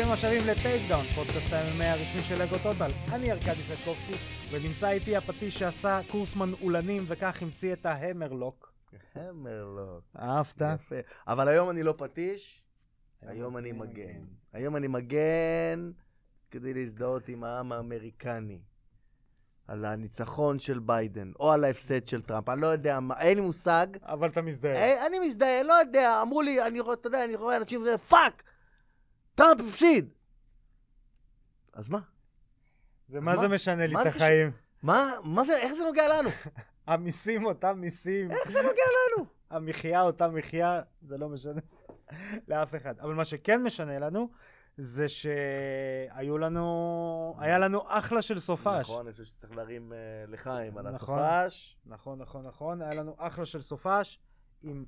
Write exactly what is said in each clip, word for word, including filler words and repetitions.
ברוכים השבים לטייקדאון, פודקאסט ה-אם אם איי הרשמי של לגו טוטל. אני ארקדי סטקובסקי, ונמצא איתי הפטיש שעשה קורס מנעולנים וכך המציא את ההמרלוק. המרלוק. אהבת? יפה. אבל היום אני לא פטיש, היום אני מגן. היום אני מגן כדי להזדהות עם העם האמריקני. על הניצחון של ביידן, או על ההפסד של טראמפ, אני לא יודע מה, אין לי מושג. אבל אתה מזדהה. אין, אני מזדהה, לא יודע, אמרו לי, אני רואה, אתה יודע, אני רואה אנשים, זה פאק! טראמפ הפסיד! אז מה? זה מה זה משנה לי את החיים? מה? מה זה, איך זה נוגע לנו? המיסים אותם מיסים. איך זה נוגע לנו? המחיה אותה מחיה, זה לא משנה לאף אחד. אבל מה שכן משנה לנו, זה שהיו לנו, היה לנו אחלה של סופש. נכון, אני חושב שצריך להרים uh, לחיים על נכון, הסופש. נכון, נכון, נכון. היה לנו אחלה של סופש עם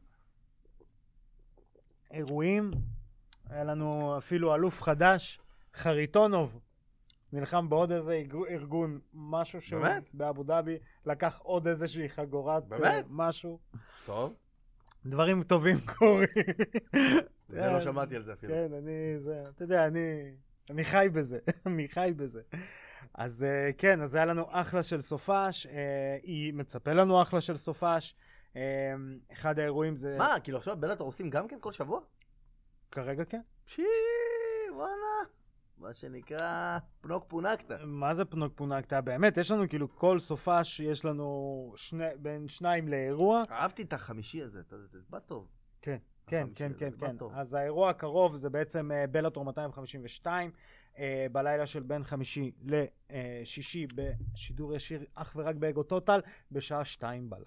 אירועים. היה לנו אפילו אלוף חדש, חריטונוב, נלחם בעוד איזה ארגון, משהו שהוא באמת? באבו דאבי, לקח עוד איזושהי חגורת באמת? משהו. טוב. דברים טובים קורים. זה לא שמעתי על זה אפילו. כן, אני, זה, אתה יודע, אני, אני חי בזה, אני חי בזה. אז כן, אז היה לנו אחלה של סופש, היא מצפה לנו אחלה של סופש. אחד האירועים זה... מה, כאילו עכשיו בלאטור עושים גם כן כל שבוע? כרגע כן. שי, וואלה. מה שנקרא פנוק פונקטה. מה זה פנוק פונקטה? באמת, יש לנו כאילו כל סופש, יש לנו שני, בין שניים לאירוע. אהבתי את החמישי הזה, אתה יודע, זה בא טוב. כן, כן, כן, כן, כן. טוב. אז האירוע הקרוב זה בעצם בלאטור מאתיים חמישים ושתיים, בלילה של בין חמישי לשישי בשידור ישיר אך ורק באגו טוטל, בשעה שתיים בלילה.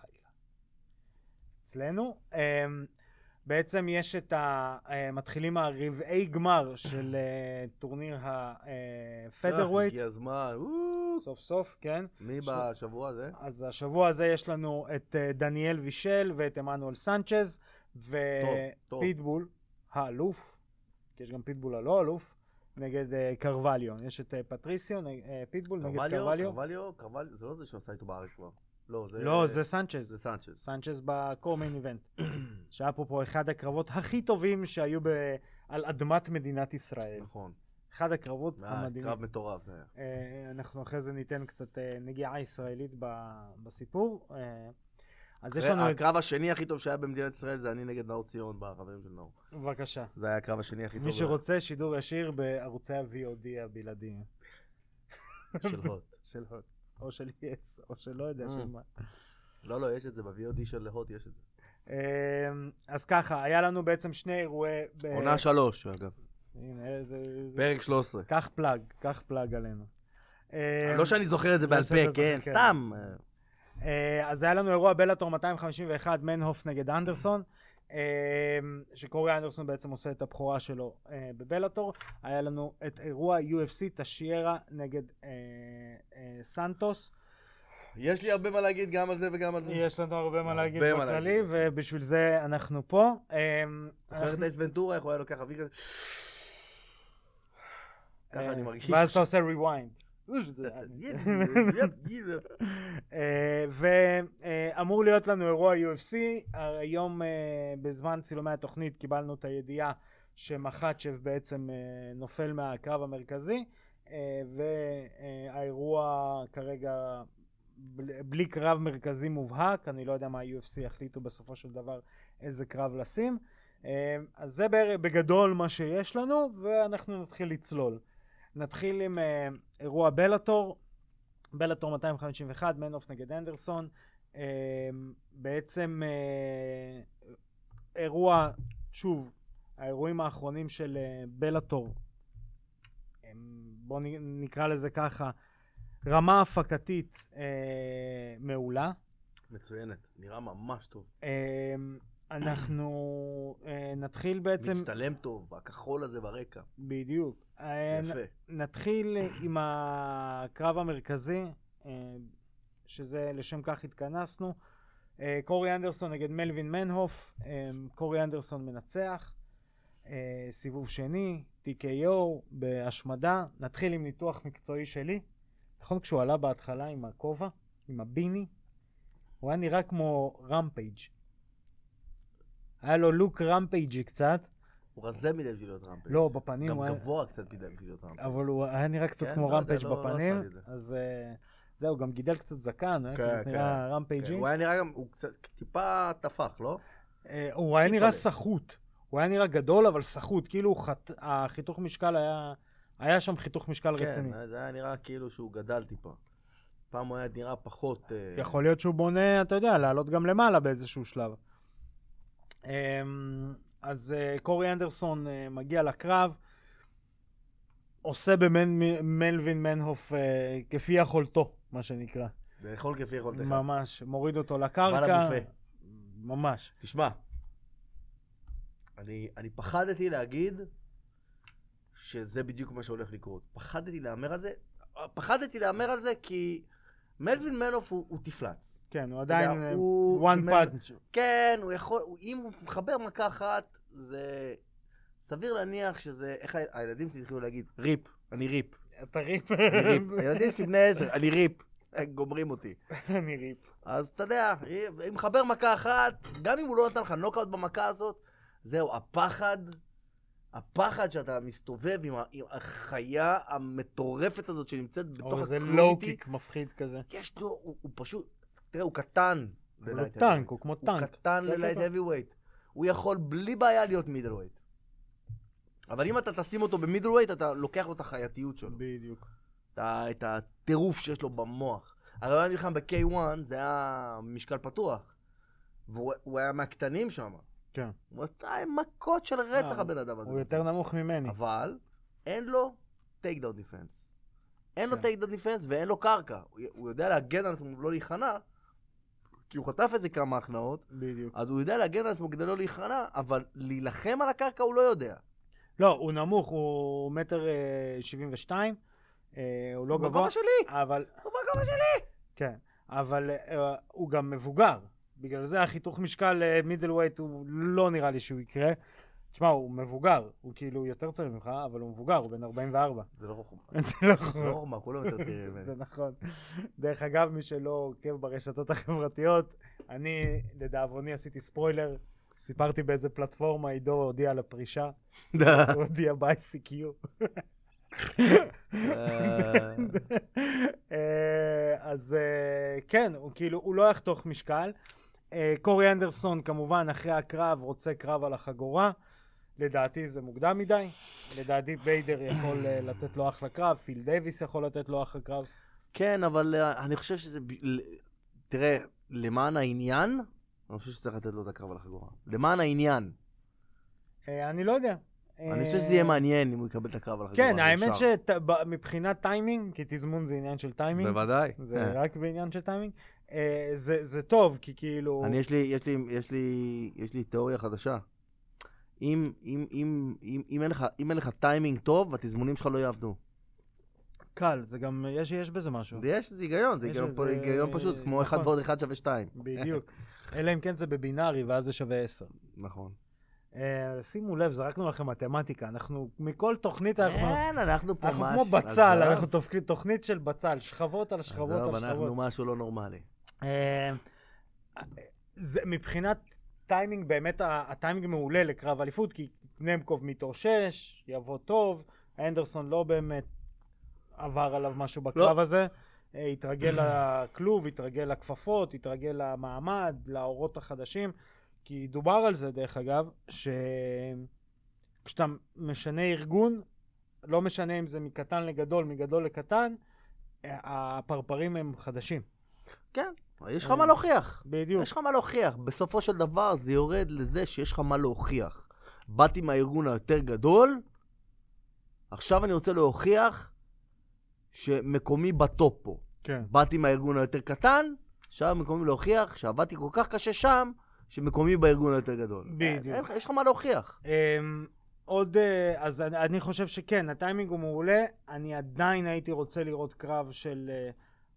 אצלנו. בעצם יש את המתחילים הרבעי גמר של טורניר הפדרווייט. הגיע הזמן. סוף סוף, כן. מי בשבוע הזה? אז השבוע הזה יש לנו את דניאל וישל ואת אמנואל סנצ'ז ופיטבול האלוף, כי יש גם פיטבול הלא אלוף, נגד קרווליו. יש את פטריסיו, פיטבול נגד קרווליו. קרווליו, קרווליו, זה לא זה שעושה איתו בארץ כבר. לא, זה... לא, זה סנצ'ז. זה סנצ'ז. סנצ'ז בקור מיין איבנט. שהיה פה פה אחד הקרבות הכי טובים שהיו ב... על אדמת מדינת ישראל. נכון. אחד הקרבות המדהימים. קרב מטורף זה היה. אנחנו אחרי זה ניתן קצת נגיעה ישראלית בסיפור. אז יש לנו... הקרב השני הכי טוב שהיה במדינת ישראל זה אני נגד נאור ציון בחברים של נאור. בבקשה. זה היה הקרב השני הכי טוב. מי שרוצה שידור ישיר בערוצי ה-וי או די הבלעדיים. של הוט. של הוט. או של יס, או של לא יודע של מה. לא, לא, יש את זה, ב-וי או די של להוט יש את זה. אז ככה, היה לנו בעצם שני אירועי... עונה שלוש, אגב. פרק שלוש עשרה. קח פלאג, קח פלאג עלינו. לא שאני זוכר את זה בעל פה, כן, סתם. אז היה לנו אירוע בלאטור מאתיים חמישים ואחת, מנהוף נגד אנדרסון, שקורי אנדרסון בעצם עושה את הבכורה שלו בבלאטור. היה לנו את אירוע יו אף סי טשיירה נגד סנטוס. יש לי הרבה מה להגיד גם על זה וגם על זה. יש לנו הרבה מה להגיד בכללי, ובשביל זה אנחנו פה. זוכר את אייס ונטורה, איך הוא היה לוקח אוויר כזה? ככה אני מרגיש. ואז אתה עושה ריוויינד. ואמור להיות לנו אירוע יו אף סי. היום בזמן צילומי התוכנית קיבלנו את הידיעה שמחצ'ב בעצם נופל מהקרב המרכזי, והאירוע כרגע בלי קרב מרכזי מובהק. אני לא יודע מה ה-יו אף סי יחליטו בסופו של דבר איזה קרב לשים. אז זה בגדול מה שיש לנו, ואנחנו נתחיל לצלול. נתחיל עם uh, אירוע בלאטור, בלאטור מאתיים חמישים ואחת, מנהוף נגד אנדרסון. Uh, בעצם uh, אירוע, שוב, האירועים האחרונים של uh, בלאטור, um, בואו נקרא לזה ככה, רמה הפקתית uh, מעולה. מצוינת, נראה ממש טוב. Uh, אנחנו uh, נתחיל בעצם... מצטלם טוב, הכחול הזה ברקע. בדיוק. יפה. נתחיל עם הקרב המרכזי, שזה לשם כך התכנסנו. קורי אנדרסון נגד מלווין מנהוף. קורי אנדרסון מנצח. סיבוב שני, טי קיי או בהשמדה. נתחיל עם ניתוח מקצועי שלי. נכון, כשהוא עלה בהתחלה עם הכובע, עם הביני, הוא היה נראה כמו רמפייג'. היה לו לוק רמפייג'י קצת, הוא רזה מדי בשביל להיות רמפייג'. לא, בפנים גם הוא היה... גבוה קצת מדי בשביל להיות רמפייג'. אבל הוא היה נראה קצת כן, כמו לא יודע, רמפייג' לא- לא בפנים, עשה לי את זה. אז אה, זהו, גם גידל קצת זקן, הוא היה כן, כזה כן, נראה כן. רמפייג'י. הוא היה נראה גם, הוא קצת טיפה טפח, לא? אה, הוא היה טיפה נראה ל- סחוט. הוא היה נראה גדול, אבל סחוט. כאילו הוא חת- החיתוך משקל היה... היה שם חיתוך משקל רציני. כן, זה היה נראה כאילו שהוא גדל טיפה. פעם הוא היה נראה פחות... אה, יכול להיות שהוא בונה, אתה יודע, לעלות גם למעלה באיזשהו שלב. אמ, אז אה, קורי אנדרסון אה, מגיע לקרב, עושה במלווין מנהוף אה, כפי יכולתו, מה שנקרא. זה יכול כפי יכולתך. ממש, מוריד אותו בא לקרקע. לבופה. ממש. תשמע, אני, אני פחדתי להגיד שזה בדיוק מה שהולך לקרות. פחדתי להאמר על זה, פחדתי להאמר על זה כי מלווין מנהוף הוא, הוא תפלץ. כן, הוא יודע, עדיין אה, הוא- one זה punch. כן, הוא יכול, הוא- אם הוא מחבר מכה אחת, זה סביר להניח שזה, איך ה- הילדים שלי התחילו להגיד, ריפ, אני ריפ, אתה ריפ. אני ריפ. הילדים שלי בני עשר, אני ריפ, הם גומרים אותי. אני ריפ. אז אתה יודע, אם מחבר מכה אחת, גם אם הוא לא נתן לך נוקאוט במכה הזאת, זהו, הפחד, הפחד שאתה מסתובב עם, ה- עם החיה המטורפת הזאת שנמצאת בתוך או איזה הקלוביטי, לואו קיק מפחיד כזה. יש לו, הוא, הוא פשוט, תראה, הוא קטן. אבל הוא ללייט טנק, heavyweight. הוא כמו הוא טנק. קטן כן, ללייט כן, כן. heavyweight. הוא יכול בלי בעיה להיות מידלווייט. אבל אם אתה תשים אותו במידלווייט, אתה לוקח לו את החייתיות שלו. בדיוק. את ה- את הטירוף שיש לו במוח. הרי הוא היה נלחם ב-קיי וואן, זה היה משקל פתוח. והוא הוא היה מהקטנים שם. כן. הוא עשה עם מכות של רצח אה, הבן אדם הזה. הוא יותר נמוך ממני. אבל אין לו טייק דאון דיפנס. אין לו כן. טייק דאון דיפנס ואין לו קרקע. הוא- הוא יודע להגן על עצמו ולא להיכנע, כי הוא חטף את זה כמה הכנעות, בדיוק. אז הוא יודע להגן על עצמו כדי לא להיכנע, אבל להילחם על הקרקע הוא לא יודע. לא, הוא נמוך, הוא מטר אה, שבעים ושתיים. אה, הוא לא הוא גבוה. בגובה שלי! אבל... הוא בגובה שלי! כן. אבל אה, הוא גם מבוגר. בגלל זה החיתוך משקל מידל ווייט הוא לא נראה לי שהוא יקרה. תשמע, הוא מבוגר. הוא כאילו יותר צעיר ממך, אבל הוא מבוגר, הוא בן ארבעים וארבע. זה לא חוכמה. זה לא זה לא נכון. חוכמה, כולם יותר צעירים ממני. זה נכון. דרך אגב, מי שלא עוקב ברשתות החברתיות, אני, לדאבוני, עשיתי ספוילר. סיפרתי באיזה פלטפורמה, עידו הודיע על הפרישה. הוא הודיע ב-איי סי קיו. אה, אז אה, כן, הוא כאילו, הוא לא יחתוך משקל. אה, קורי אנדרסון, כמובן, אחרי הקרב, רוצה קרב על החגורה. לדעתי זה מוקדם מדי. לדעתי ביידר יכול אה, לתת לו אחלה קרב, פיל דייביס יכול לתת לו אחלה קרב. כן, אבל אה, אני חושב שזה... ב- ל- תראה, למען העניין, אני חושב שצריך לתת לו את הקרב על החגורה. למען העניין. אה, אני לא יודע. אני חושב שזה יהיה מעניין אם הוא יקבל את הקרב על החגורה. כן, האמת ישר. שמבחינת טיימינג, כי תזמון זה עניין של טיימינג, בוודאי. זה אה. רק בעניין של טיימינג, אה, זה זה טוב, כי כאילו... אני, יש לי, יש לי, יש לי, יש לי תיאוריה חדשה. אם, אם, אם, אם, אם אין לך, אם אין לך טיימינג טוב, התזמונים שלך לא יעבדו. קל, זה גם, יש יש בזה משהו. יש איזה היגיון, זה יש היגיון, איזה- היגיון פשוט, כמו אחד נכון. ועוד אחד שווה שתיים. בדיוק. אלא אם כן זה בבינארי, ואז זה שווה עשר. נכון. אה, שימו לב, זרקנו לכם מתמטיקה, אנחנו, מכל תוכנית אנחנו... אין, אנחנו פה אנחנו משהו. כמו בצל, עזוב, אנחנו תופ- תוכנית של בצל, שכבות על שכבות עזוב, על אנחנו שכבות. משהו לא נורמלי. אה, זה מבחינת טיימינג, באמת ה- הטיימינג מעולה לקרב אליפות, כי נמקוב מתאושש, יבוא טוב, אנדרסון לא באמת עבר עליו משהו בקרב הזה, אה, התרגל לכלוב, התרגל לכפפות, התרגל למעמד, לאורות החדשים, כי דובר על זה דרך אגב, שכשאתה משנה ארגון, לא משנה אם זה מקטן לגדול, מגדול לקטן, אה, הפרפרים הם חדשים. כן, יש לך מה להוכיח. בדיוק. יש לך מה להוכיח. בסופו של דבר זה יורד לזה שיש לך מה להוכיח. באתי מהארגון היותר גדול, עכשיו אני רוצה להוכיח שמקומי בטופ פה. כן. באתי מהארגון היותר קטן, עכשיו מקומי להוכיח שעבדתי כל כך קשה שם, שמקומי בארגון היותר גדול. בדיוק. אין- יש לך מה להוכיח. אמ, עוד, אה, אז אני, אני חושב שכן, הטיימינג הוא מעולה, אני עדיין הייתי רוצה לראות קרב של אה,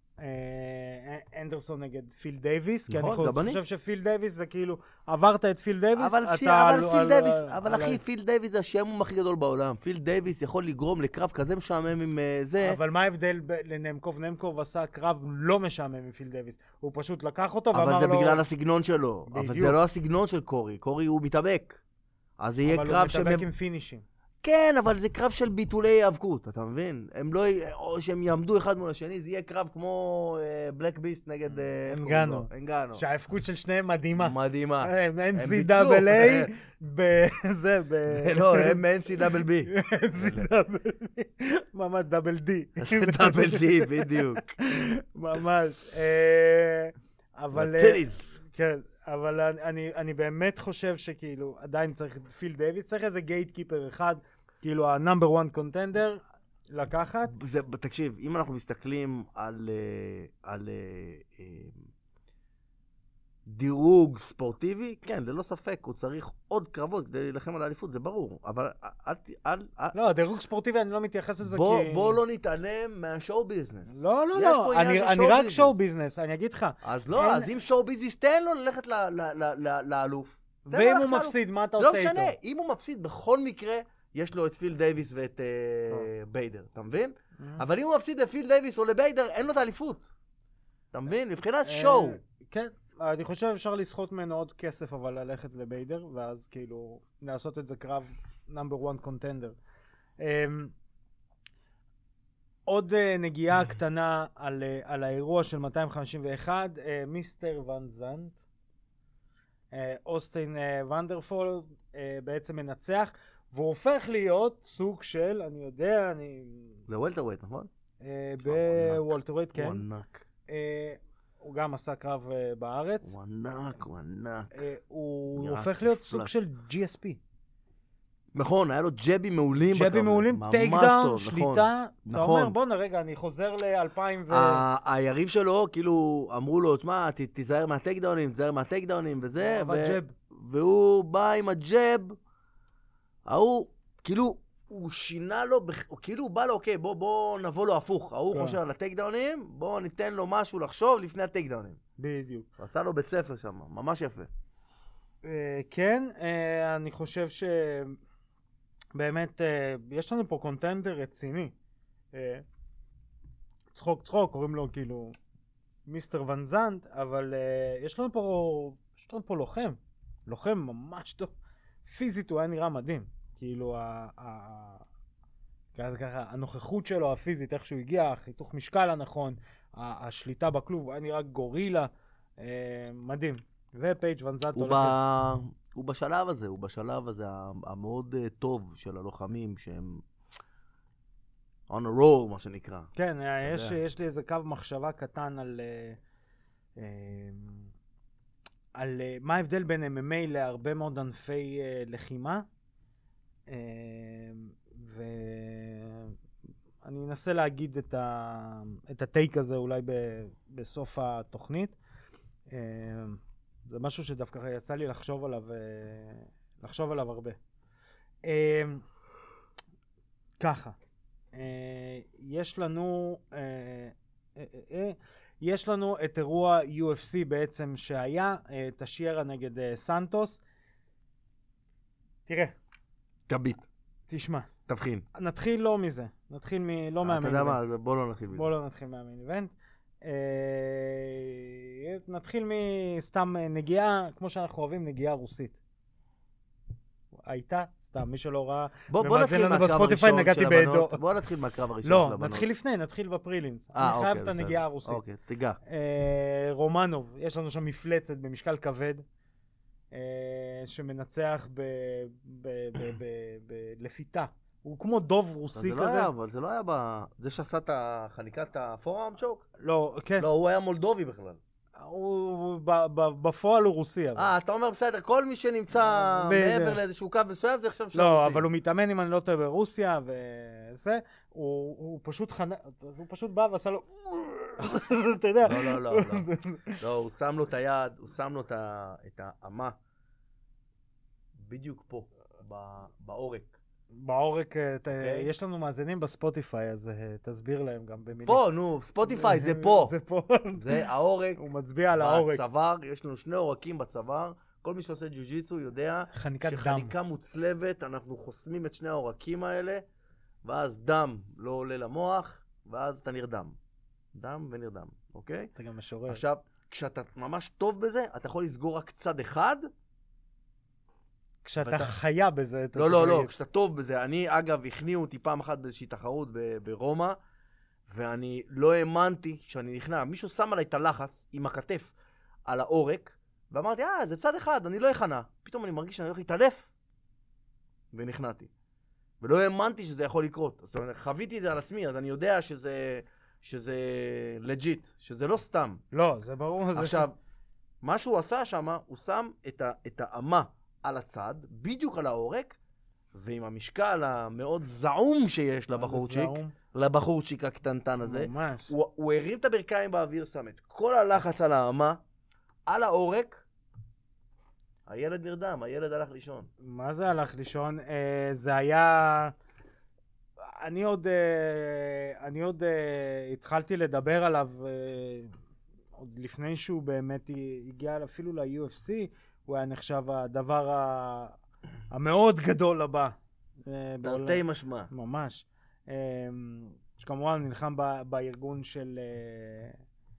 אה, אנדרסון נגד פיל דייביס, כי נכון, אני גם אני. חושב שפיל דייביס זה כאילו, עברת את פיל דייביס, אבל, אתה פי, אבל על- פיל על- דייביס, על- אבל על- אחי, פיל דייביס זה השעמום הכי גדול בעולם. פיל דייביס יכול לגרום לקרב כזה משעמם עם אה, זה. אבל מה ההבדל ב- לנמקוב? נמקוב עשה קרב לא משעמם עם פיל דייביס, הוא פשוט לקח אותו ואמר לו... אבל זה בגלל הסגנון שלו. אבל זה בדיוק. לא הסגנון של קורי. קורי הוא מתאבק. אז זה יהיה אבל קרב הוא מתאבק עם פינישים. כן, אבל זה קרב של ביטולי היאבקות, אתה מבין? הם לא, או שהם יעמדו אחד מול השני, זה יהיה קרב כמו בלק ביסט נגד אנגנו. אנגנו. שההאבקות של שניהם מדהימה. מדהימה. אן סי דאבל איי, בזה, ב... לא, הם אן סי דאבל בי. אן סי דאבל בי. ממש דאבל די. דאבל די, בדיוק. ממש. אבל... טליז. כן. אבל אני, אני באמת חושב שכאילו עדיין צריך פיל דיוויס, צריך איזה גייט קיפר אחד, כאילו הנאמבר וואן קונטנדר לקחת. זה, תקשיב, אם אנחנו מסתכלים על, על uh, uh, דירוג ספורטיבי, כן, ללא ספק, הוא צריך עוד קרבות כדי להילחם על האליפות, זה ברור, אבל אל... אל, אל לא, דירוג ספורטיבי אני לא מתייחס לזה בוא, כי... בוא לא נתעלם מהשואו ביזנס. לא, לא, לא, אני, אני רק שואו ביזנס, אני אגיד לך. אז לא, אין... אז אם שואו ביזנס, תן לו ללכת ל, ל, ל, ל, לאלוף. ואם הוא מפסיד, מה אתה עושה איתו? לא משנה, אם הוא מפסיד, בכל מקרה, יש לו את פיל דייביס ואת uh, ביידר, אתה מבין? Mm-hmm. אבל אם הוא מפסיד לפיל דייביס או לביידר, אין לו את האליפות. אתה מבין? מבחינת שואו. כן. אני חושב אפשר לסחוט ממנו עוד כסף, אבל ללכת לביידר, ואז כאילו לעשות את זה קרב נאמבר וואן קונטנדר. עוד נגיעה קטנה על, על האירוע של מאתיים חמישים ואחת, מיסטר ון זנט, אוסטין ונדרפול בעצם מנצח, והוא הופך להיות סוג של, אני יודע, אני... זה וולטרווייט, נכון? בוולטרווייט, כן. הוא ענק. הוא גם עשה קרב uh, בארץ. הוא ענק, הוא ענק. Uh, הוא הופך להיות סוג של ג'י אס פי. נכון, היה לו ג'בים מעולים. ג'בים מעולים, טייק דאון, שליטה. נכון. אתה אומר, בוא נרגע, אני חוזר ל-אלפיים ו... היריב שלו, כאילו, אמרו לו, תשמע, תיזהר מהטייק דאונים, תיזהר מהטייק דאונים וזה. והוא בא עם הג'ב, ההוא, כאילו... הוא שינה לו, כאילו הוא בא לו, אוקיי, בוא, בוא נבוא לו הפוך. ההוא כן. חושב על הטייק דאונים, בוא ניתן לו משהו לחשוב לפני הטייק דאונים. בדיוק. הוא עשה לו בית ספר שם, ממש יפה. Uh, כן, uh, אני חושב שבאמת, uh, יש לנו פה קונטנדר רציני. Uh, צחוק צחוק, קוראים לו כאילו מיסטר ון זנט, אבל uh, יש לנו פה, יש לנו פה לוחם. לוחם ממש טוב. פיזית הוא היה נראה מדהים. כאילו, ככה, הנוכחות שלו, הפיזית, איך שהוא הגיע, חיתוך משקל הנכון, השליטה בכלוב, הוא היה נראה גורילה, מדהים. ופייג' ון זנט הולך... הוא בשלב הזה, הוא בשלב הזה המאוד טוב של הלוחמים, שהם on a roll, מה שנקרא. כן, יש לי איזה קו מחשבה קטן על... על מה ההבדל בין אם אם איי להרבה מאוד ענפי לחימה. ואני אנסה להגיד את, ה... את הטייק הזה אולי ב... בסוף התוכנית. זה משהו שדווקא יצא לי לחשוב עליו, לחשוב עליו הרבה. ככה, יש לנו, יש לנו את אירוע יו אף סי בעצם שהיה, תשיירה נגד סנטוס. תראה. תביט. תשמע. תבחין. נתחיל לא מזה. נתחיל מ... לא מהמיין איבנט. אתה יודע מה? בוא לא נתחיל מזה. בוא לא נתחיל מהמיין איבנט. נתחיל מסתם נגיעה, כמו שאנחנו אוהבים, נגיעה רוסית. הייתה? סתם, מי שלא ראה. בוא נתחיל מהקרב הראשון של הבנות. בוא נתחיל מהקרב הראשון של הבנות. לא, נתחיל לפני, נתחיל בפרילינס. אני חייב את הנגיעה הרוסית. אוקיי, תיגע. רומנוב, יש לנו שם מפלצת במשקל כבד. שמנצח בלפיתה. הוא כמו דוב רוסי כזה. זה לא היה, אבל זה לא היה ב... זה שעשה את החניקת הפורם צ'וק? לא, כן. לא, הוא היה מולדובי בכלל. הוא בפועל הוא רוסי. אה, אתה אומר בסדר, כל מי שנמצא מעבר לאיזשהו קו מסוים זה עכשיו של הרוסי. לא, אבל הוא מתאמן אם אני לא טועה ברוסיה וזה, הוא פשוט חנק, הוא פשוט בא ועשה לו... אתה יודע. לא, לא, לא. לא, הוא שם לו את היד, הוא שם לו את האמה בדיוק פה, בעורק. בעורק, יש לנו מאזינים בספוטיפיי, אז תסביר להם גם במילים. פה, נו, ספוטיפיי, זה פה. זה פה. זה העורק. הוא מצביע על העורק. בצוואר, יש לנו שני עורקים בצוואר. כל מי שעושה ג'ו-ג'יצו יודע שחניקה מוצלבת, אנחנו חוסמים את שני העורקים האלה, ואז דם לא עולה למוח, ואז אתה נרדם. דם ונרדם, אוקיי? אתה גם משורר. עכשיו, כשאתה ממש טוב בזה, אתה יכול לסגור רק צד אחד, כשאתה ואתה- חיה בזה, אתה לא, לא, צריך- לא, כשאתה טוב בזה. אני, אגב, הכניעו אותי פעם אחת באיזושהי תחרות ב- ברומא, ואני לא האמנתי שאני נכנע. מישהו שם עליי את הלחץ עם הכתף על העורק, ואמרתי, אה, זה צד אחד, אני לא אכנע. פתאום אני מרגיש שאני הולך להתעלף, ונכנעתי. ולא האמנתי שזה יכול לקרות. זאת אומרת, חוויתי את זה על עצמי, אז אני יודע שזה, שזה לג'יט, שזה לא סתם. לא, זה ברור. זה עכשיו, מה שהוא עשה שם, הוא שם את, ה, את האמה על הצד, בדיוק על העורק, ועם המשקל המאוד זעום שיש לבחורצ'יק, זעום. לבחורצ'יק הקטנטן הזה, ממש. הוא, הוא הרים את הברכיים באוויר, שם את כל הלחץ על האמה, על העורק, הילד נרדם, הילד הלך לישון. מה זה הלך לישון? אה, זה היה... אני עוד, אה, אני עוד אה, התחלתי לדבר עליו אה, עוד לפני שהוא באמת הגיע אפילו ל-יו אף סי, הוא היה נחשב הדבר ה... המאוד גדול הבא. אה, בעולם. תרתי משמע. ממש. אה, שכמובן הוא נלחם ב- בארגון של... אה,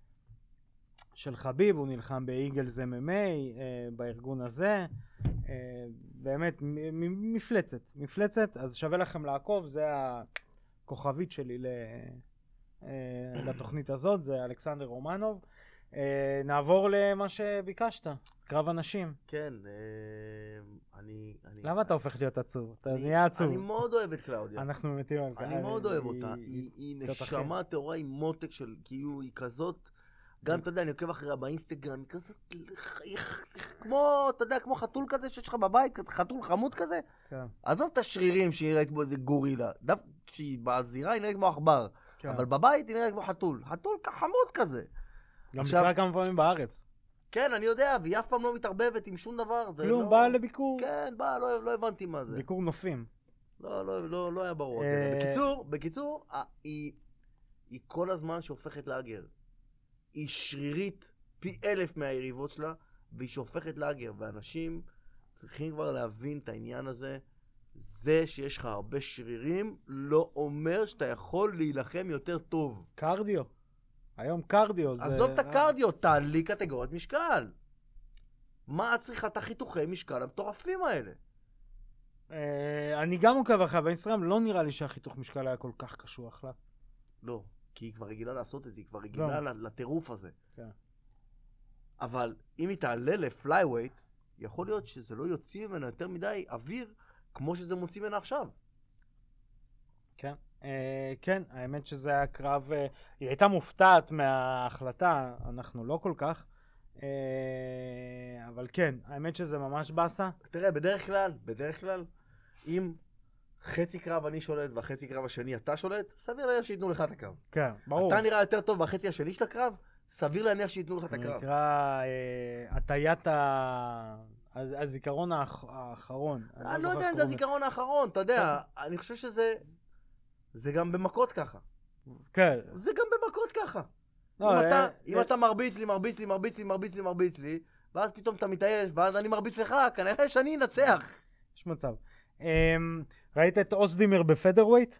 של חביב, הוא נלחם באיגלס אם אם איי, אה, בארגון הזה, אה, באמת מ- מ- מפלצת, מפלצת, אז שווה לכם לעקוב, זה הכוכבית שלי ל- אה, לתוכנית הזאת, זה אלכסנדר רומנוב. אה, נעבור למה שביקשת, קרב הנשים. כן, אה, אני... אני למה אתה הופך להיות עצוב? אתה אני- נהיה עצוב. אני מאוד אוהב את קלאודיה. אנחנו מתים על זה. אני מאוד אוהב היא- אותה. היא- היא היא קצת נשמה טהורה עם מותק של, כאילו, היא כזאת... גם, אתה יודע, אני עוקב אחריה באינסטגרם, היא כזאת... היא כמו, אתה יודע, כמו חתול כזה שיש לך בבית, כזה חתול חמוד כזה. כן, עזוב את השרירים שהיא נראית כמו איזה גורילה. דווקא כשהיא בזירה היא נראית כמו עכבר. כן. אבל בבית היא נראית כמו חתול. חתול חמוד כזה. גם עכשיו- ביקרה כמה פעמים בארץ. כן, אני יודע, והיא אף פעם לא מתערבבת עם שום דבר. זה כלום, לא- באה לביקור, כן, באה, לא, לא הבנתי מה זה. ביקור נופים. לא, לא, לא, לא היה ברור. אה, זה. בקיצור, בקיצור, ה- היא, היא כל הזמן שהופכת לאגר. היא שרירית פי אלף מהיריבות שלה, והיא שהופכת לאגר. ואנשים צריכים כבר להבין את העניין הזה. זה שיש לך הרבה שרירים, לא אומר שאתה יכול להילחם יותר טוב. קרדיו. היום קרדיו זה... עזוב את הקרדיו, תעלי קטגוריית משקל. מה את צריכה את החיתוכי משקל המטורפים האלה? אה, אני גם עוקב אחריה באינסטגרם, לא נראה לי שהחיתוך משקל היה כל כך קשוח לה. לא, כי היא כבר רגילה לעשות את זה, היא כבר רגילה לא. לטירוף הזה. כן. אבל אם היא תעלה לפלייווייט, יכול להיות שזה לא יוציא ממנה יותר מדי אוויר, כמו שזה מוציא ממנה עכשיו. כן. אה, כן, האמת שזה היה קרב... אה, היא הייתה מופתעת מההחלטה, אנחנו לא כל כך. אה, אבל כן, האמת שזה ממש באסה. תראה, בדרך כלל, בדרך כלל, אם חצי קרב אני שולט והחצי קרב השני אתה שולט, סביר להניח שייתנו לך את הקרב. כן, ברור. אתה נראה יותר טוב והחצי השני של הקרב, סביר להניח שייתנו לך את זה הקרב. נקרא אה, הטיית ה... הז- הזיכרון האח- האחרון. אני לא זוכר יודע אם איך זה קוראים הזיכרון האחרון, אתה יודע, אני חושב שזה... זה גם במכות ככה. לזה. כן. זה גם במכות ככה. לא, אם אה, אתה- אה, אם אתה מרביץ לי, מרביץ לי, מרביץ לי, מרביץ לי, מרביץ לי, ואז פתאום אתה מתעייף, ואז אני מרביץ לך, כנראה שאני אנצח. יש מצב. אמ, ראית את אוסדימר בפדרווייט?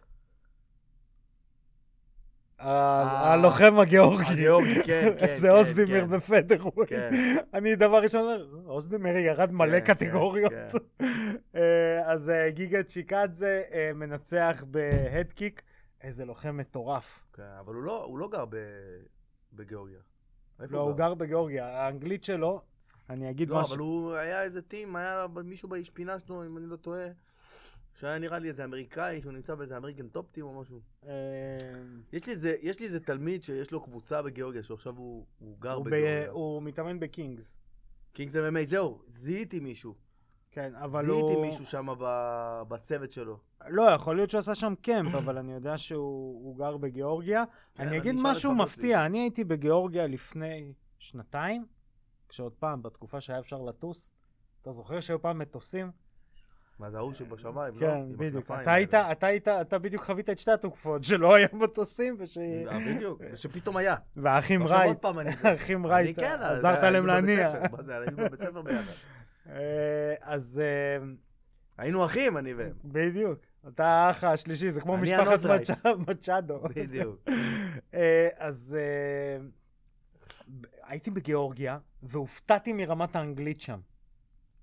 ה- הלוחם הגיאורגי. הגיאורגי, כן, כן, זה כן, אוסדימר כן. בפדרווייט. כן. אני דבר ראשון אומר, אוסדימר ירד מלא כן, קטגוריות. כן, אה, אז אה, גיגה צ'יקדזה אה, מנצח בהדקיק. איזה לוחם מטורף. כן, אבל הוא לא, הוא לא גר ב- בגיאורגיה. איפה לא, הוא גר בגיאורגיה. האנגלית שלו, אני אגיד לא, משהו. אבל הוא היה איזה טים, היה מישהו באשפינה שלו, אם אני לא טועה, שהיה נראה לי איזה אמריקאי, שהוא נמצא באיזה אמריקן טופ טים או משהו. אה, יש לי איזה, יש לי איזה תלמיד שיש לו קבוצה בגיאורגיה, שעכשיו הוא, הוא גר הוא ב- בגיאורגיה. הוא מתאמן בקינגס. קינגס אם אם איי, זהו, זיהיתי מישהו. כן, אבל זיהיתי הוא... מישהו שם ב- בצוות שלו. לא, יכול להיות שהוא עשה שם קמפ, אבל אני יודע שהוא הוא גר בגיאורגיה. כן, אני אני אגיד אשאל את משהו חבר מפתיע, שלי. אני הייתי בגיאורגיה לפני שנתיים, כשעוד פעם, בתקופה שהיה אפשר לטוס. אתה זוכר שהיו פעם מטוסים? מה זה ההוא שבשמיים, לא? כן, עם בדיוק. הכנפיים אתה היית, האלה. אתה היית, אתה בדיוק חווית את שתי התקופות, שלא היה מטוסים, וש... אה, בדיוק, שפתאום היה. והאחים עכשיו עוד רייט, פעם אני... האחים אני רייט, כן, עזרת היינו להם בבית להניע. ספר, מה זה, היינו בבית ספר ביחד. אה, אז אה, היינו אחים, אני והם. בדיוק. אתה האח השלישי, זה כמו אני משפחת הנוטרייט. מצ'- מצ'אדו. בדיוק. אה, אז אה, ב- הייתי בגיאורגיה, והופתעתי מרמת האנגלית שם.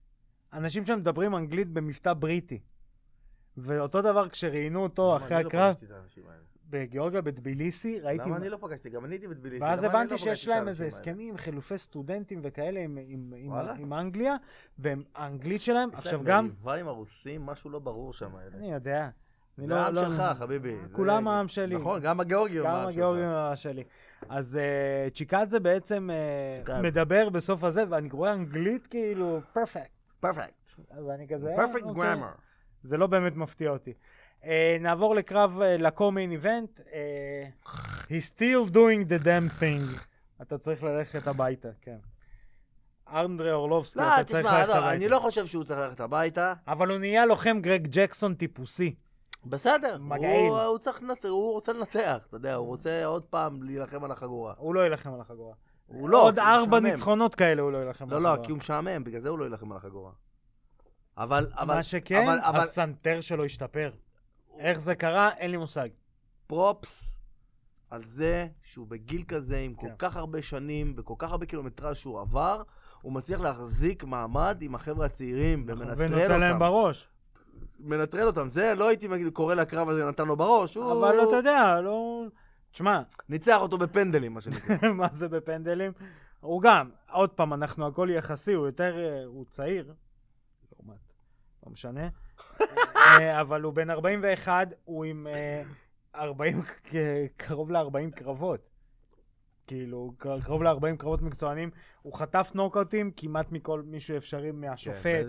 אנשים שמדברים אנגלית במבטא בריטי. ואותו דבר כשראיינו אותו אחרי הקרב, בגיאורגיה, בטביליסי, ראיתי... למה אני לא פגשתי? גם אני הייתי בטביליסי. ואז הבנתי שיש להם איזה הסכמים, חילופי סטודנטים וכאלה עם, עם, עם, עם אנגליה, והאנגלית שלהם, עכשיו גם... יש להם מריבה עם הרוסים, משהו לא ברור שם. אני יודע. זה העם שלך, חביבי. כולם העם שלי. נכון, גם הגיאורגים גם הגיאורגים שלי. אז צ'יקאדזה בעצם מדבר בסוף הזה, ואני קורא אנגלית כאילו פרפקט. פרפקט. ואני כזה... פרפקט גרמר. זה לא באמת מפתיע אותי. Uh, נעבור לקרב uh, לקומיין איבנט. Uh, He's still doing the damn thing. אתה צריך ללכת הביתה, כן. אנדרי אורלובסקי, לא, אתה צריך תשמע, ללכת לא, הביתה. אני לא חושב שהוא צריך ללכת הביתה. אבל הוא נהיה לוחם גרג ג'קסון טיפוסי. בסדר, מגעיל. הוא, הוא צריך לנצח, הוא רוצה לנצח, אתה יודע, הוא רוצה עוד פעם להילחם על החגורה. הוא לא ילחם על החגורה. הוא לא, עוד ארבע ניצחונות כאלה הוא לא ילחם לא, על החגורה. לא, כי הוא משעמם, בגלל זה הוא לא ילחם על החגורה. אבל, אבל... מה שכן, אבל, אבל... הסנטר שלו השתפר. איך זה קרה? אין לי מושג. פרופס על זה שהוא בגיל כזה, עם כל כן. כך הרבה שנים, וכל כך הרבה קילומטרז שהוא עבר, הוא מצליח להחזיק מעמד עם החבר'ה הצעירים, ומנטרל אותם. ונותן להם בראש. מנטרל אותם. זה לא הייתי קורא לקרב הזה, נתן לו בראש. אבל הוא... אתה יודע, לא... תשמע... ניצח אותו בפנדלים, מה שנקרא. מה זה בפנדלים? הוא גם, עוד פעם, אנחנו הכל יחסי, הוא יותר... הוא צעיר. לא משנה. אבל הוא בן ארבעים ואחת, הוא עם ארבעים, קרוב ל-ארבעים קרבות. כאילו, קרוב ל-ארבעים קרבות מקצוענים. הוא חטף נוקאוטים כמעט מכל מישהו אפשרי מהשופט,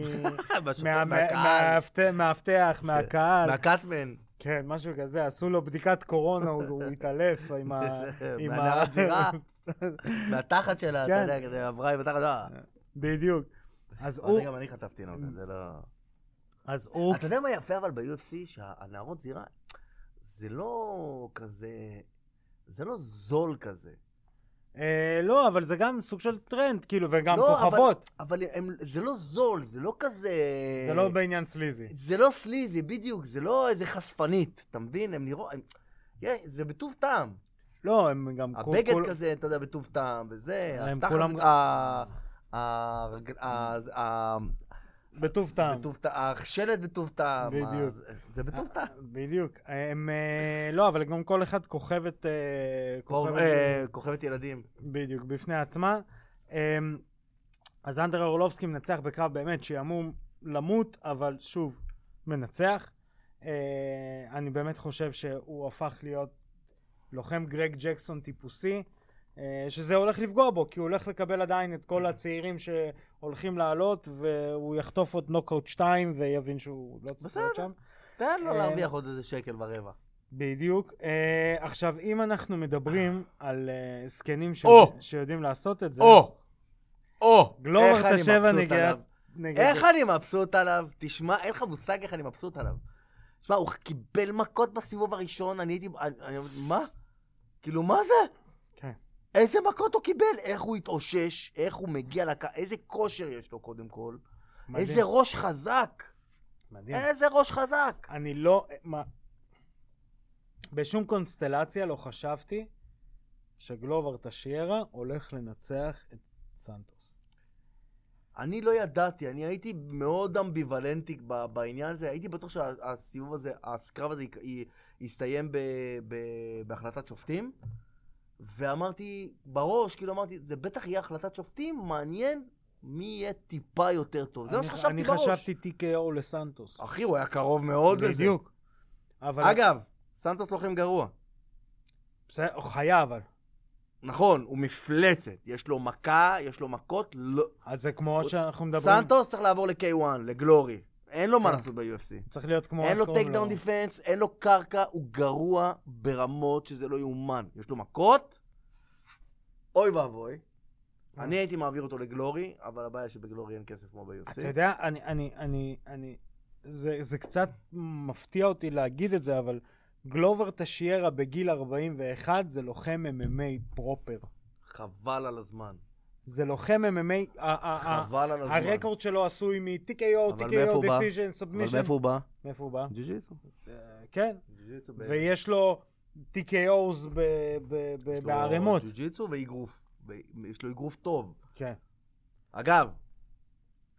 מהמאבטח, מהקהל. מהקאטמן. כן, משהו כזה. עשו לו בדיקת קורונה, הוא התעלף עם ה... מהנערת זירה. מהתחת שלה, אתה יודע, כזה עברה עם התחת. בדיוק. אז הוא... גם אני חטפתי נוקאוט, זה לא... אז הוא... אתה יודע מה יפה אבל ב-יו אף סי? שהנערות זירה, זה לא כזה... זה לא זול כזה. לא, אבל זה גם סוג של טרנד, כאילו, וגם כוכבות. אבל זה לא זול, זה לא כזה... זה לא בעניין סליזי. זה לא סליזי, בדיוק, זה לא איזה חשפנית, אתה מבין? הם נראו... זה בטוב טעם. לא, הם גם... הבגד כזה, אתה יודע, בטוב טעם, וזה... הם כולם... בטוב טעם. השלט בטוב טעם. בדיוק. זה בטוב טעם. בדיוק. הם... לא, אבל גם כל אחד כוכבת... כוכבת ילדים. בדיוק, בפני עצמה. אז אנדרי אורלובסקי מנצח בקרב באמת שיאמור למות, אבל שוב, מנצח. אני באמת חושב שהוא הפך להיות לוחם גרג ג'קסון טיפוסי, שזה הולך לפגוע בו, כי הוא הולך לקבל עדיין את כל הצעירים שהולכים לעלות, והוא יחטוף עוד נוקאוט שתיים, ויבין שהוא לא צריך להיות שם. תן לו להרוויח עוד איזה שקל ורבע. בדיוק. עכשיו, אם אנחנו מדברים על זקנים שיודעים לעשות את זה... או! או! גלובר תשב נגד... איך אני מבסוט עליו? תשמע, אין לך מושג איך אני מבסוט עליו. תשמע, הוא קיבל מכות בסיבוב הראשון, אני הייתי... מה? כאילו, מה זה? כן. איזה מכות הוא קיבל? איך הוא התאושש? איך הוא מגיע לק... איזה כושר יש לו קודם כל? מדהים. איזה ראש חזק? מדהים. איזה ראש חזק? אני לא... מה... בשום קונסטלציה לא חשבתי שגלובר טשיירה הולך לנצח את סנטוס. אני לא ידעתי, אני הייתי מאוד אמביוולנטי בעניין הזה, הייתי בטוח שהסיבוב הזה, הקרב הזה יסתיים ב, ב, בהחלטת שופטים, ואמרתי בראש, כאילו אמרתי, זה בטח יהיה החלטת שופטים, מעניין מי יהיה טיפה יותר טוב. זה מה שחשבתי אני בראש. אני חשבתי טי קיי או לסנטוס. אחי, הוא היה קרוב מאוד לזה. בדיוק. אבל... אגב, סנטוס לוחם גרוע. בסדר, הוא חיה אבל. נכון, הוא מפלצת. יש לו מכה, יש לו מכות, לא. אז זה כמו שאנחנו מדברים... סנטוס צריך לעבור ל-קיי וואן, לגלורי. אין לו מה לעשות ב-יו אף סי. צריך להיות כמו... אין לו טייק דאון דיפנס, אין לו קרקע, הוא גרוע ברמות שזה לא יאומן. יש לו מכות, אוי ואבוי. אני הייתי מעביר אותו לגלורי, אבל הבעיה שבגלורי אין כסף כמו ב-יו אף סי. אתה יודע, אני, אני, אני, אני... זה, זה קצת מפתיע אותי להגיד את זה, אבל גלובר טשיירה בגיל ארבעים ואחת זה לוחם אם אם איי פרופר. חבל על הזמן. זה לוחם אם אם איי, חבל על הזמן. הרקורד שלו עשוי מ-טי קיי או, טי קיי או, decision, submission. אבל מאיפה הוא בא? מאיפה הוא בא? ג'ו-ג'יטסו. כן. ויש לו טי קיי או's בערימות. ג'ו-ג'יטסו ואיגרוף. יש לו איגרוף טוב. כן. אגב,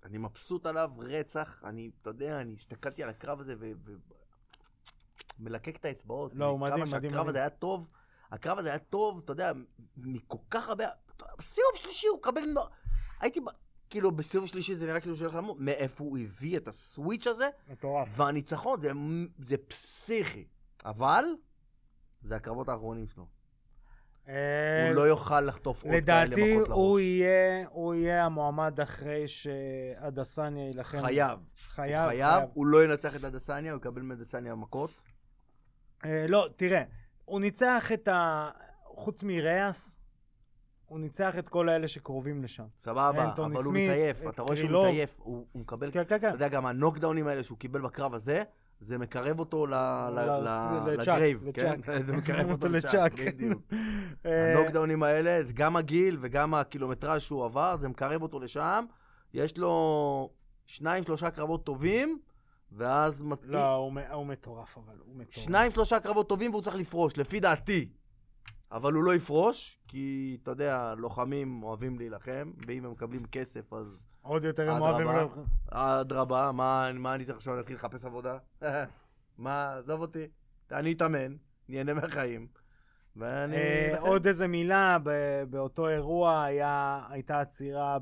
אני מבסוט עליו רצח, אני, אתה יודע, אני הסתכלתי על הקרב הזה ומלקק את האצבעות. לא, הוא מדהים, מדהים, מדהים. הקרב הזה היה טוב, הקרב הזה היה טוב, אתה יודע, מכל כך הרבה, בסיבוב שלישי הוא קבל, הייתי, כאילו, בסיבוב שלישי זה נראה כאילו שהולך למות, מאיפה הוא הביא את הסוויץ' הזה, מטורף. והניצחון, זה, זה פסיכי, אבל זה הקרבות האחרונים שלו. הוא לא יוכל לחטוף עוד כאלה מכות לראש. לדעתי הוא יהיה, הוא יהיה המועמד אחרי שאדסניה ילחם. חייב. חייב. חייב, הוא לא ינצח את אדסניה, הוא יקבל מאדסניה מכות. לא, תראה, הוא ניצח את ה... חוץ מריאס, הוא ניצח את כל האלה שקרובים לשם. סבבה, אבל הוא מתעייף, אתה רואה שהוא מתעייף, הוא מקבל, אתה יודע, גם הנוקדאונים האלה שהוא קיבל בקרב הזה, זה מקרב אותו לגרייב, כן? זה מקרב אותו לצ'אק, בדיוק. הנוקדאונים האלה, זה גם הגיל וגם הקילומטראז' שהוא עבר, זה מקרב אותו לשם. יש לו שניים, שלושה קרבות טובים, ואז... לא, הוא מטורף, אבל הוא מטורף. שניים, שלושה קרבות טובים והוא צריך לפרוש, לפי דעתי. אבל הוא לא יפרוש, כי, אתה יודע, לוחמים אוהבים להילחם, ואם הם מקבלים כסף, אז... עוד יותר הם אוהבים להילחם. אדרבה, מה אני צריך עכשיו להתחיל לחפש עבודה? מה, עזוב אותי. אני אתאמן, נהנה מהחיים. עוד איזה מילה, באותו אירוע הייתה עצירה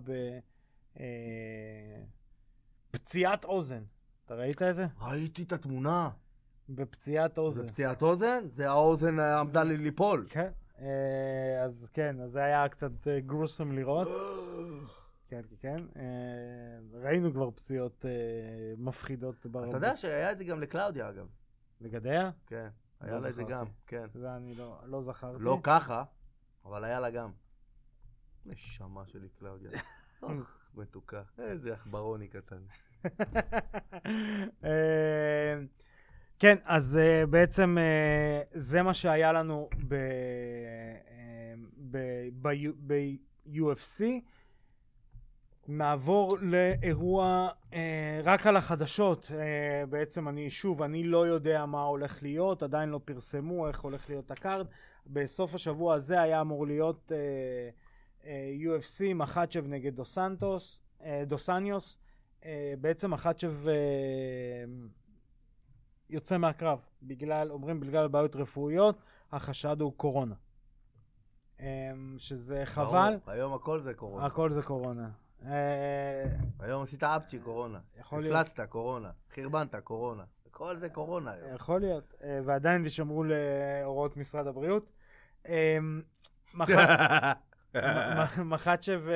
בפציעת אוזן. אתה ראית את זה? ראיתי את התמונה. בפציעת אוזן. זה פציעת אוזן? זה האוזן עמדה לי ליפול. כן. אז כן, אז זה היה קצת גרוסם לראות. כן, כן. ראינו כבר פציעות מפחידות. אתה יודע שהיה את זה גם לקלאודיה, אגב. לגדיה? כן, היה לה את זה גם, כן. זה אני לא זכרתי. לא ככה, אבל היה לה גם. נשמה שלי, קלאודיה. מתוקה. איזה אכברוני קטן. כן, אז בעצם זה מה שהיה לנו ב-יו אף סי. נעבור לאירוע רק על החדשות. בעצם אני, שוב, אני לא יודע מה הולך להיות, עדיין לא פרסמו איך הולך להיות הקארד. בסוף השבוע הזה היה אמור להיות יו אף סי, מחצ'ב נגד דו סנטוס, דו סניוס. בעצם מחצ'ב יוצא מהקרב, בגלל, אומרים בגלל בעיות רפואיות, החשד הוא קורונה. שזה חבל. היום הכל זה קורונה. הכל זה קורונה. היום עשית אפצ'י קורונה. הפלצת קורונה. חרבנת קורונה. הכל זה קורונה היום. יכול להיות. ועדיין תשמרו להוראות משרד הבריאות. מחצ'ב...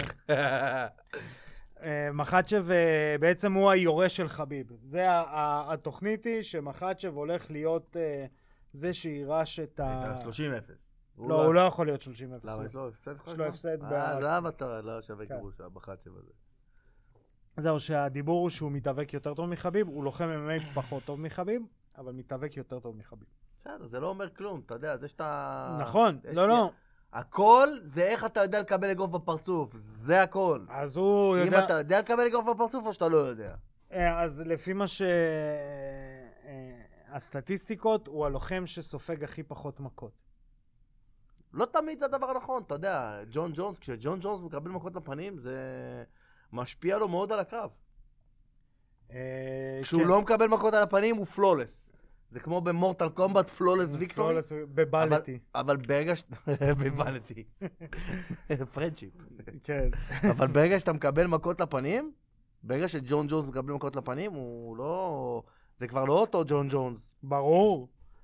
מחצ'ב בעצם הוא היורש של חביב. זה התוכנית היא שמחצ'ב הולך להיות זה שירש את ה... שלושים אפס. לא, הוא לא יכול להיות שלושים אפס. למה? יש לו הפסד? יש לו הפסד. אה, זה אבטר, לא שווה כיבוש בחצ'ב הזה. זהו, שהדיבור הוא שהוא מתאבק יותר טוב מחביב, הוא לוחם אם אם איי פחות טוב מחביב, אבל מתאבק יותר טוב מחביב. בסדר, זה לא אומר כלום, אתה יודע, זה שאתה... נכון, לא, לא. הכל זה איך אתה יודע לקבל אגרוף בפרצוף, זה הכל. אז הוא יודע... אם אתה יודע לקבל אגרוף בפרצוף או שאתה לא יודע. אז לפי מה ש... הסטטיסטיקות הוא הלוחם שסופג הכי פחות מכות. לא תמיד זה הדבר הנכון, אתה יודע, ג'ון ג'ונס, כשג'ון ג'ונס מקבל מכות לפנים, זה משפיע לו מאוד על הקרב. כשהוא לא מקבל מכות על הפנים, הוא פלולס. זה כמו במורטל קומבט, פלולס ויקטורי. פלולס בבלטי. אבל ברגע ש... בבלטי. פרנדשיפ. כן. אבל ברגע שאתה מקבל מכות לפנים, ברגע שג'ון ג'ונס מקבל מכות לפנים, הוא לא... זה כבר לא אותו ג'ון ג'ונס. ברור.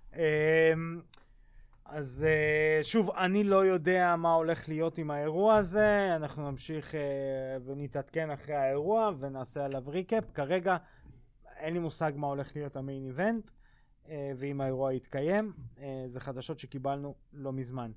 אז שוב, אני לא יודע מה הולך להיות עם האירוע הזה, אנחנו נמשיך ונתעדכן אחרי האירוע ונעשה עליו ריקאפ. כרגע אין לי מושג מה הולך להיות המיין איבנט, ואם האירוע יתקיים, זה חדשות שקיבלנו לא מזמן.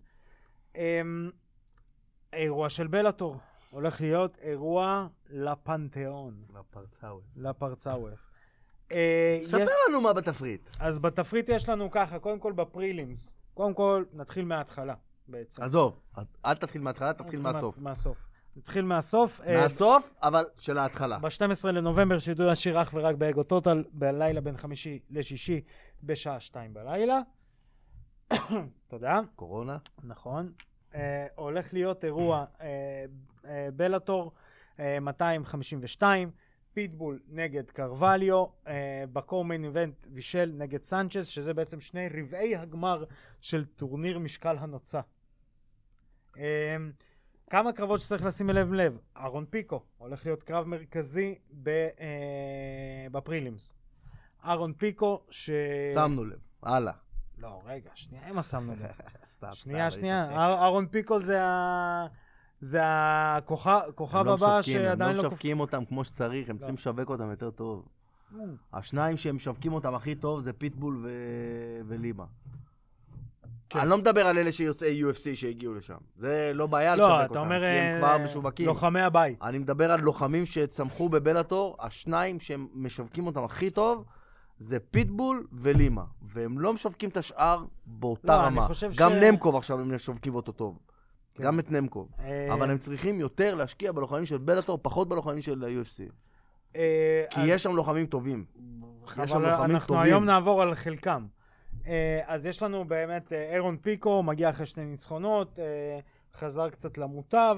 האירוע של בלאטור הולך להיות אירוע לפנתיאון. לפרצאווי. לפרצאווי. ספר לנו מה בתפריט. אז בתפריט יש לנו ככה, קודם כל בפרילימס. קודם כל, נתחיל מההתחלה בעצם. עזוב, אל תתחיל מההתחלה, תתחיל מהסוף. מהסוף. נתחיל מהסוף. מהסוף, אבל של ההתחלה. ב-שנים עשר לנובמבר שידור השיר אך ורק באגו טוטל, בלילה בין חמישי לשישי, בשעה שתיים בלילה. תודה. קורונה. נכון. הולך להיות אירוע בלאטור. מאתיים חמישים ושתיים, פיטבול נגד קרווליו, בקור מיין איבנט וישל נגד סנצ'ס, שזה בעצם שני רבעי הגמר של טורניר משקל הנוצה. כמה קרבות שצריך לשים אליהם לב. אהרון פיקו הולך להיות קרב מרכזי בפרילימס. אהרון פיקו ש... שמנו לב, הלאה. לא, רגע, שנייה, מה שמנו לב? סתם, שנייה, סתם, שנייה. אני אהרון פיקו זה ה... זה הכוכב הבא שעדיין הם לא... לא משווקים אותם כמו שצריך, הם צריכים לשווק אותם יותר טוב. Mm. השניים שהם משווקים אותם הכי טוב זה פיטבול ו- ולימה. כן. אני לא מדבר על אלה שיוצאי יו אף סי שהגיעו לשם. זה לא בעיה לשווק לא, אותם, אתה אומר... כי הם כבר משווקים. לוחמי הבית. אני מדבר על לוחמים שצמחו בבלאטור, השניים שהם משווקים אותם הכי טוב, זה פיטבול ולימה. והם לא משווקים את השאר באותה לא, רמה. אני חושב גם ש- נמקוב עכשיו הם משווקים אותו טוב. כן. גם את נמקוב. אה, אבל הם צריכים יותר להשקיע בלוחמים של בלאטור, פחות בלוחמים של ה-יו אף סי. אה, כי אז- יש שם לוחמים טובים. יש שם אבל לוחמים אנחנו טובים. היום נעבור על חלקם. אה, אז יש לנו באמת אה, אירון פיקו, מגיע אחרי שני ניצחונות, אה, חזר קצת למוטב.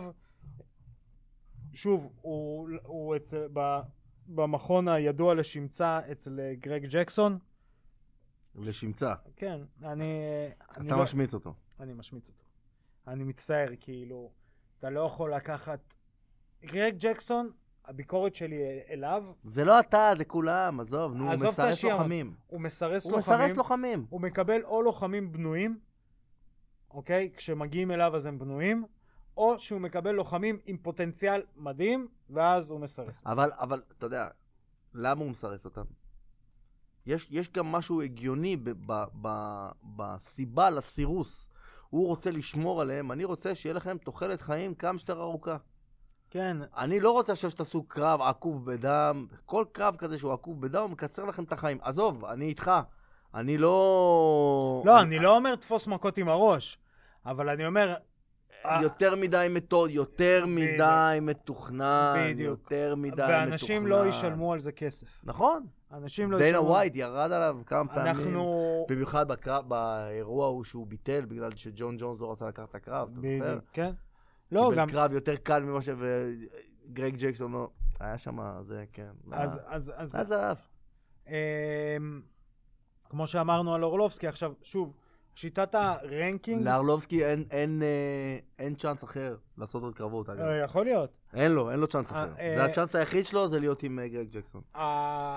שוב, הוא, הוא אצל, ב, במכון הידוע לשמצה אצל אה, גרג ג'קסון. לשמצה. כן, אני... אה, אני אתה לא- משמיץ אותו. אני משמיץ אותו. אני מצטער, כאילו, אתה לא יכול לקחת... גרג ג'קסון, הביקורת שלי אליו, זה לא אתה, זה כולם, עזוב, נו, הוא עזוב את מסרס השיעמום. לוחמים. הוא מסרס הוא לוחמים. מסרס לוחמים. הוא מקבל או לוחמים בנויים, אוקיי? כשמגיעים אליו אז הם בנויים, או שהוא מקבל לוחמים עם פוטנציאל מדהים, ואז הוא מסרס. אבל, אבל, אתה יודע, למה הוא מסרס אותם? יש, יש גם משהו הגיוני ב, ב, ב, בסיבה לסירוס. הוא רוצה לשמור עליהם, אני רוצה שיהיה לכם תוחלת חיים כמה שיותר ארוכה. כן. אני לא רוצה עכשיו שתעשו קרב עקוב בדם, כל קרב כזה שהוא עקוב בדם, הוא מקצר לכם את החיים. עזוב, אני איתך. אני לא... לא, אני לא אומר תפוס מכות עם הראש, אבל אני אומר... יותר מדי מתוד, יותר מדי מתוכנן, בדיוק. יותר מדי מתוכנן. ואנשים לא ישלמו על זה כסף. נכון. אנשים לא דיינה ישלמו... ווייט ירד עליו כמה פעמים. אנחנו... במיוחד בקרב, באירוע הוא שהוא ביטל, בגלל שג'ון ג'ונס לא רצה לקחת את הקרב, אתה זוכר? בדיוק, כן. לא, קיבל גם... קרב יותר קל ממה ש... וגרג ג'קסון לא... היה שם, זה, כן. אז... אז... אז... אז זה אף. אמ, כמו שאמרנו על אורלובסקי, עכשיו, שוב, שיטת הרנקינג... לארלובסקי אין, אין, אה, אין צ'אנס אחר לעשות עוד קרבות, אגב. אה, יכול להיות. אין לו, אין לו צ'אנס אה, אחר. אה, זה הצ'אנס היחיד שלו, זה להיות עם אה, גרג ג'קסון. ה-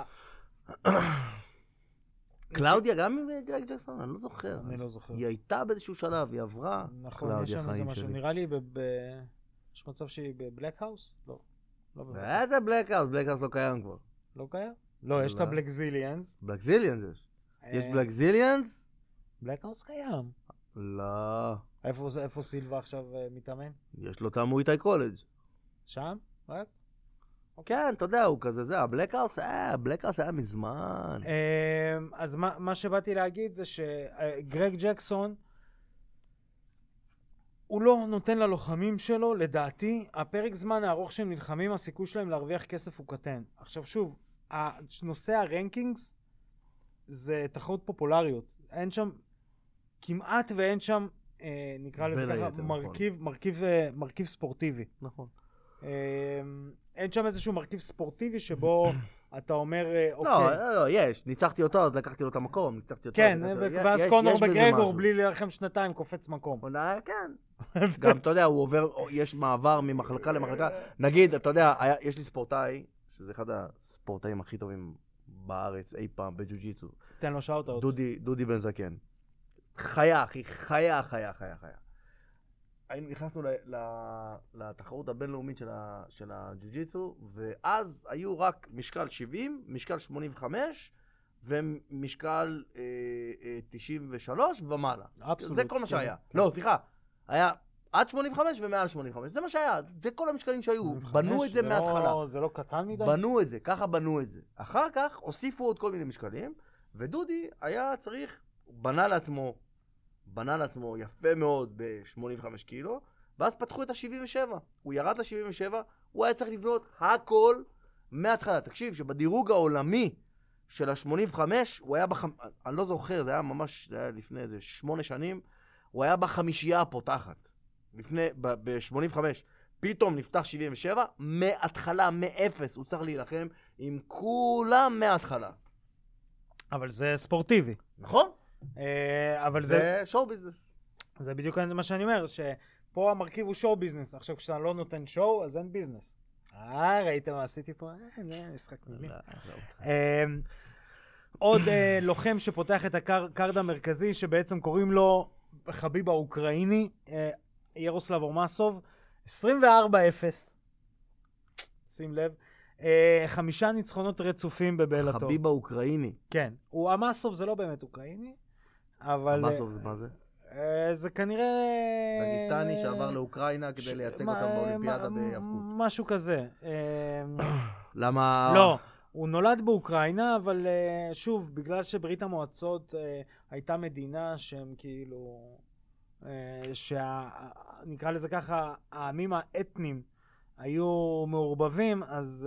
קלאודיה גם עם אה, גרג ג'קסון? אני לא זוכר. אני לא זוכר. היא הייתה באיזשהו שלב, היא עברה. נכון, יש קלאודיה, שם איזה חיים משהו. שלי. נראה לי ב... ב- יש מצב שהיא בבלק האוס? לא. לא בבלק האוס. איזה בלקאוס, בלקאוס לא קיים כבר. לא קיים? לא, יש את לא. הבלקזיליאנס. בלקזיליאנס יש. יש אה, בלקזיליאנס? בלק האוס קיים. לא. איפה זה- איפה סילבה עכשיו אה, מתאמן? יש לו את המויטאי קולג'. שם? רק? כן, אתה יודע, הוא כזה זה, הבלקאוס היה, הבלקאוס היה מזמן. אמ, אז מה, מה שבאתי להגיד זה שגרג ג'קסון הוא לא נותן ללוחמים שלו, לדעתי, הפרק זמן הארוך שהם נלחמים, הסיכוי שלהם להרוויח כסף הוא קטן. עכשיו שוב, נושא הרנקינגס זה תחרות פופולריות. אין שם, כמעט ואין שם, אה, נקרא לזה בין ככה, היתר, מרכיב, מרכיב, אה, מרכיב ספורטיבי. נכון. אה, אין שם איזשהו מרכיב ספורטיבי שבו אתה אומר, אה, לא, אוקיי. לא, לא, יש. ניצחתי אותו, אז לקחתי לו את המקום, ניצחתי אותו. כן, אז לקחתי לו- ואז יש- קונור יש בזה בגרגור משהו. בלי להילחם שנתיים קופץ מקום. אולי, כן. גם, אתה יודע, הוא עובר, יש מעבר ממחלקה למחלקה. נגיד, אתה יודע, היה- יש לי ספורטאי, שזה אחד הספורטאים הכי טובים בארץ אי פעם, בג'ו-ג'יצו. תן לו שאוט אאוט. דודי, דודי בן זקן. חיה, אחי, חיה, חיה, חיה, חיה. היינו, נכנסנו ל, ל, לתחרות הבינלאומית של, ה, של הג'ו-ג'יצו, ואז היו רק משקל שבעים, משקל שמונים וחמש, ומשקל אה, אה, תשעים ושלוש ומעלה. אבסולוט, זה כל מה כן, שהיה. כן. לא, סליחה. היה עד שמונים וחמש ומעל שמונים וחמש. זה מה שהיה. זה כל המשקלים שהיו. בנו את זה לא- מההתחלה. זה לא קטן מדי? בנו את זה, ככה בנו את זה. אחר כך הוסיפו עוד כל מיני משקלים, ודודי היה צריך, בנה לעצמו, בנה לעצמו יפה מאוד ב-שמונים וחמש קילו, ואז פתחו את ה-שבעים ושבע. הוא ירד ל-שבעים ושבע, הוא היה צריך לבנות הכל מההתחלה. תקשיב, שבדירוג העולמי של ה-שמונים וחמש, הוא היה בח... אני לא זוכר, זה היה ממש, זה היה לפני איזה שמונה שנים, הוא היה בחמישייה הפותחת. לפני, ב-שמונים וחמש. פתאום נפתח שבעים ושבע, מההתחלה, מאפס, הוא צריך להילחם עם כולם מההתחלה. אבל זה ספורטיבי. נכון? אה, אבל זה זה... שואו ביזנס. זה בדיוק מה שאני אומר, שפה המרכיב הוא שואו ביזנס. עכשיו, כשאתה לא נותן שואו, אז אין ביזנס. אה, ראיתם מה עשיתי פה? אה, זה משחק מילים. עוד לוחם שפותח את הקארד המרכזי, שבעצם קוראים לו חביב האוקראיני, ירוסלב אורמסוב, עשרים וארבע אפס. שים לב. חמישה ניצחונות רצופים בבלאטור. חביב האוקראיני. כן. הוא המסוב זה לא באמת אוקראיני, אבל... המסוב זה מה זה? זה כנראה... דגיסטני שעבר לאוקראינה כדי לייצג אותם באולימפיאדה בהיאבקות. משהו כזה. למה... לא, הוא נולד באוקראינה, אבל שוב, בגלל שברית המועצות הייתה מדינה שהם כאילו... שנקרא לזה ככה, העמים האתנים היו מעורבבים, אז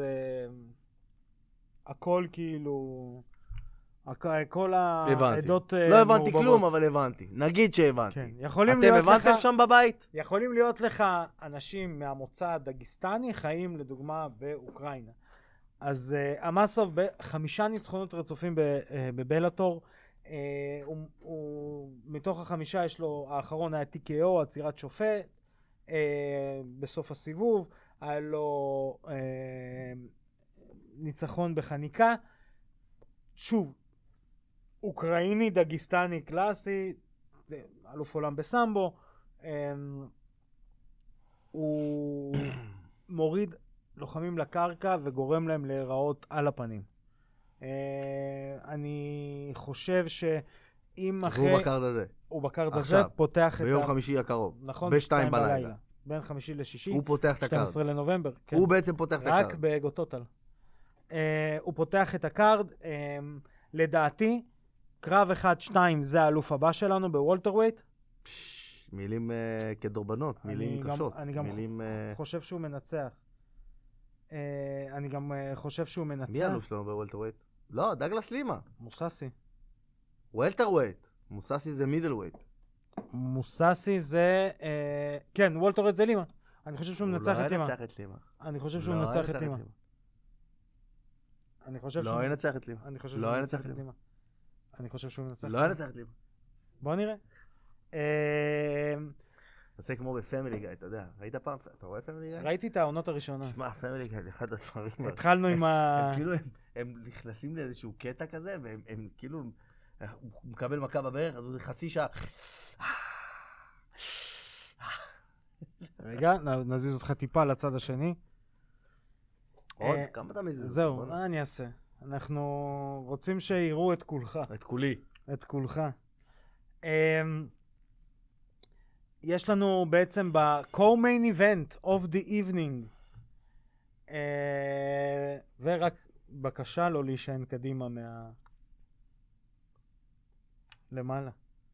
הכל כאילו... כל העדות מעורבבות. לא הבנתי כלום, אבל הבנתי. נגיד שהבנתי. אתם הבנתם שם בבית? יכולים להיות לך אנשים מהמוצא הדגיסטני חיים לדוגמה באוקראינה. אז אמסוב בחמישה ניצחונות רצופים בבלאטור. מתוך החמישה יש לו, האחרון היה טי קיי או, עצירת שופט. בסוף הסיבוב היה לו ניצחון בחניקה. שוב, אוקראיני, דגיסטני, קלאסי, אלוף עולם בסמבו, הוא מוריד לוחמים לקרקע וגורם להם להיראות על הפנים. אני חושב שאם אחרי... הוא בקארד הזה. הוא בקארד הזה פותח את ה... ביום חמישי הקרוב. נכון, בשתיים בלילה. בין חמישי לשישי. הוא פותח את הקארד. שנים עשר לנובמבר. הוא בעצם פותח את הקארד. רק באגו טוטל. הוא פותח את הקארד. לדעתי, קרב אחד שתיים זה האלוף הבא שלנו בוולטר ווייט. מילים כדורבנות, מילים קשות. אני גם חושב שהוא מנצח. אני גם חושב שהוא מנצח. מי האלוף שלנו בוולטר ווייט? לא, דגלס לימה. מוססי. וולטר ווייט. מוססי זה מידל ווייט. מוססי זה... כן, וולטר ווייט זה לימה. אני חושב שהוא מנצח את לימה. הוא לא ינצח את לימה. אני חושב שהוא מנצח את לימה. אני חושב לא ינצח את לימה. אני חושב שהוא ינצח את לימה. אני חושב שהוא ינצח. לא ינצח את לימה. בוא נראה. עושה כמו בפמילי גאי, אתה יודע. ראית פעם? אתה רואה פמילי גאי? ראיתי את העונות הראשונה. שמע, פמילי גאי זה אחד הדברים. התחלנו עם ה... הם כאילו, הם נכנסים לאיזשהו קטע כזה, והם כאילו, הוא מקבל מכה בברך, אז הוא חצי שעה. רגע, נזיז אותך טיפה לצד השני. עוד? כמה אתה מזיז? זהו, מה אני אעשה? אנחנו רוצים שיראו את כולך. את כולי. את כולך. יש לנו בעצם ב-co-main event of the evening. ורק בקשה לא להישען קדימה מה... למעלה.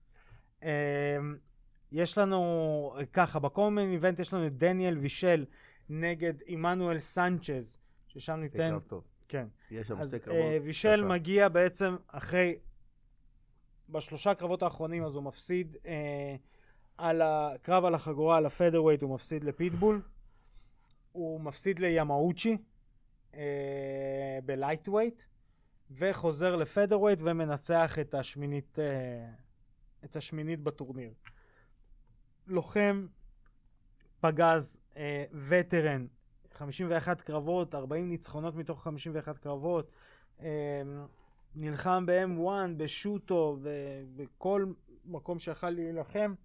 יש לנו ככה, ב-co-main event יש לנו את דניאל וישל נגד אימנואל סנצ'ז, ששם ניתן... קרב טוב. כן. יש שם שתי אז קרבות. וישל מגיע בעצם אחרי... בשלושה קרבות האחרונים אז הוא מפסיד אה, על הקרב על החגורה, על הפדרווייט, הוא מפסיד לפיטבול. הוא מפסיד לימאוצ'י אה, בלייטווייט, וחוזר לפדרווייט ומנצח את השמינית, אה, את השמינית בטורניר. לוחם, פגז, אה, וטרן, חמישים ואחת קרבות, ארבעים ניצחונות מתוך חמישים ואחת קרבות, אה, נלחם ב-אם וואן, בשוטו, בכל מקום שיכל להילחם.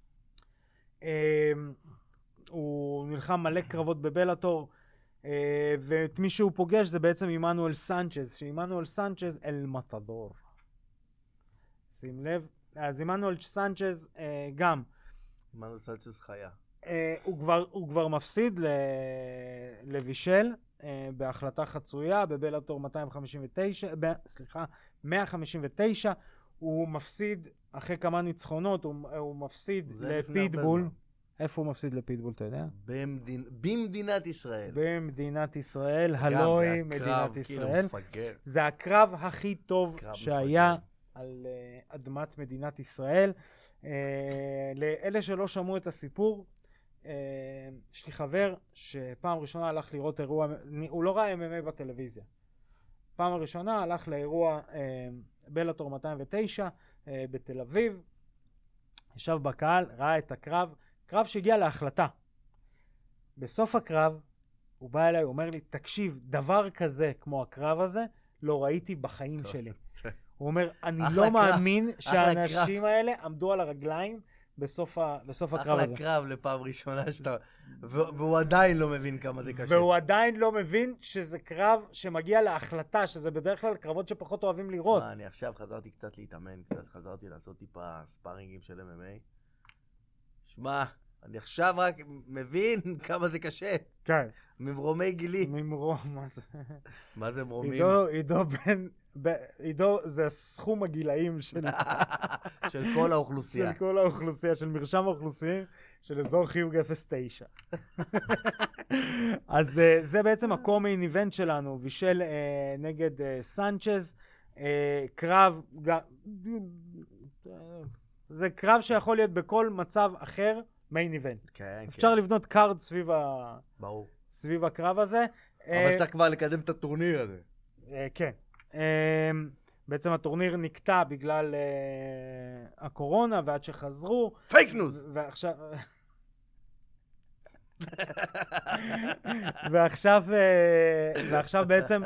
הוא נלחם מלא קרבות בבלאטור, ואת מי שהוא פוגש זה בעצם אימנואל סנצ'ז, שאימנואל סנצ'ז אל מטדור. שים לב, אז אימנואל סנצ'ז גם. אימנואל סנצ'ז חיה. הוא כבר, הוא כבר מפסיד לוישל, בהחלטה חצויה בבלאטור מאתיים חמישים ותשע, ב, סליחה, מאה חמישים ותשע. הוא מפסיד אחרי כמה ניצחונות, הוא, הוא מפסיד לפיטבול. איפה הוא מפסיד לפיטבול, אתה יודע? במדינ... במדינת ישראל. במדינת ישראל, הלוי מדינת ישראל. כאילו זה הקרב הכי טוב שהיה מפגר. על uh, אדמת מדינת ישראל. Uh, לאלה שלא שמעו את הסיפור, יש לי חבר שפעם ראשונה הלך לראות אירוע, הוא לא ראה אם אם איי בטלוויזיה. פעם הראשונה הלך לאירוע בלאטור מאתיים ותשע בתל אביב, ישב בקהל, ראה את הקרב, קרב שהגיע להחלטה. בסוף הקרב הוא בא אליי, הוא אומר לי, תקשיב, דבר כזה כמו הקרב הזה, לא ראיתי בחיים שלי. הוא אומר, אני לא מאמין שהאנשים האלה עמדו על הרגליים בסוף הקרב הזה. אחלה קרב לפעם ראשונה שאתה... והוא עדיין לא מבין כמה זה קשה. והוא עדיין לא מבין שזה קרב שמגיע להחלטה, שזה בדרך כלל קרבות שפחות אוהבים לראות. אני עכשיו חזרתי קצת להתאמן, קצת חזרתי לעשות טיפה ספארינגים של אם אם איי. שמע, אני עכשיו רק מבין כמה זה קשה. כן. ממרומי גילי. ממרום, מה זה? מה זה מרומים? עידו, עידו בן... עידו זה סכום הגילאים של... של כל האוכלוסייה. של כל האוכלוסייה, של מרשם האוכלוסיים, של אזור חיוג אפס תשע. אז זה בעצם הקומיין איבנט שלנו, וישל נגד סנצ'ז, קרב, זה קרב שיכול להיות בכל מצב אחר, מיין איבנט. כן, אפשר כן. לבנות קארד סביב ה... ברור. סביב הקרב הזה. אבל צריך כבר לקדם את הטורניר הזה. כן. בעצם הטורניר נקטע בגלל הקורונה, ועד שחזרו. פייק ניוז! ועכשיו... ועכשיו, ועכשיו בעצם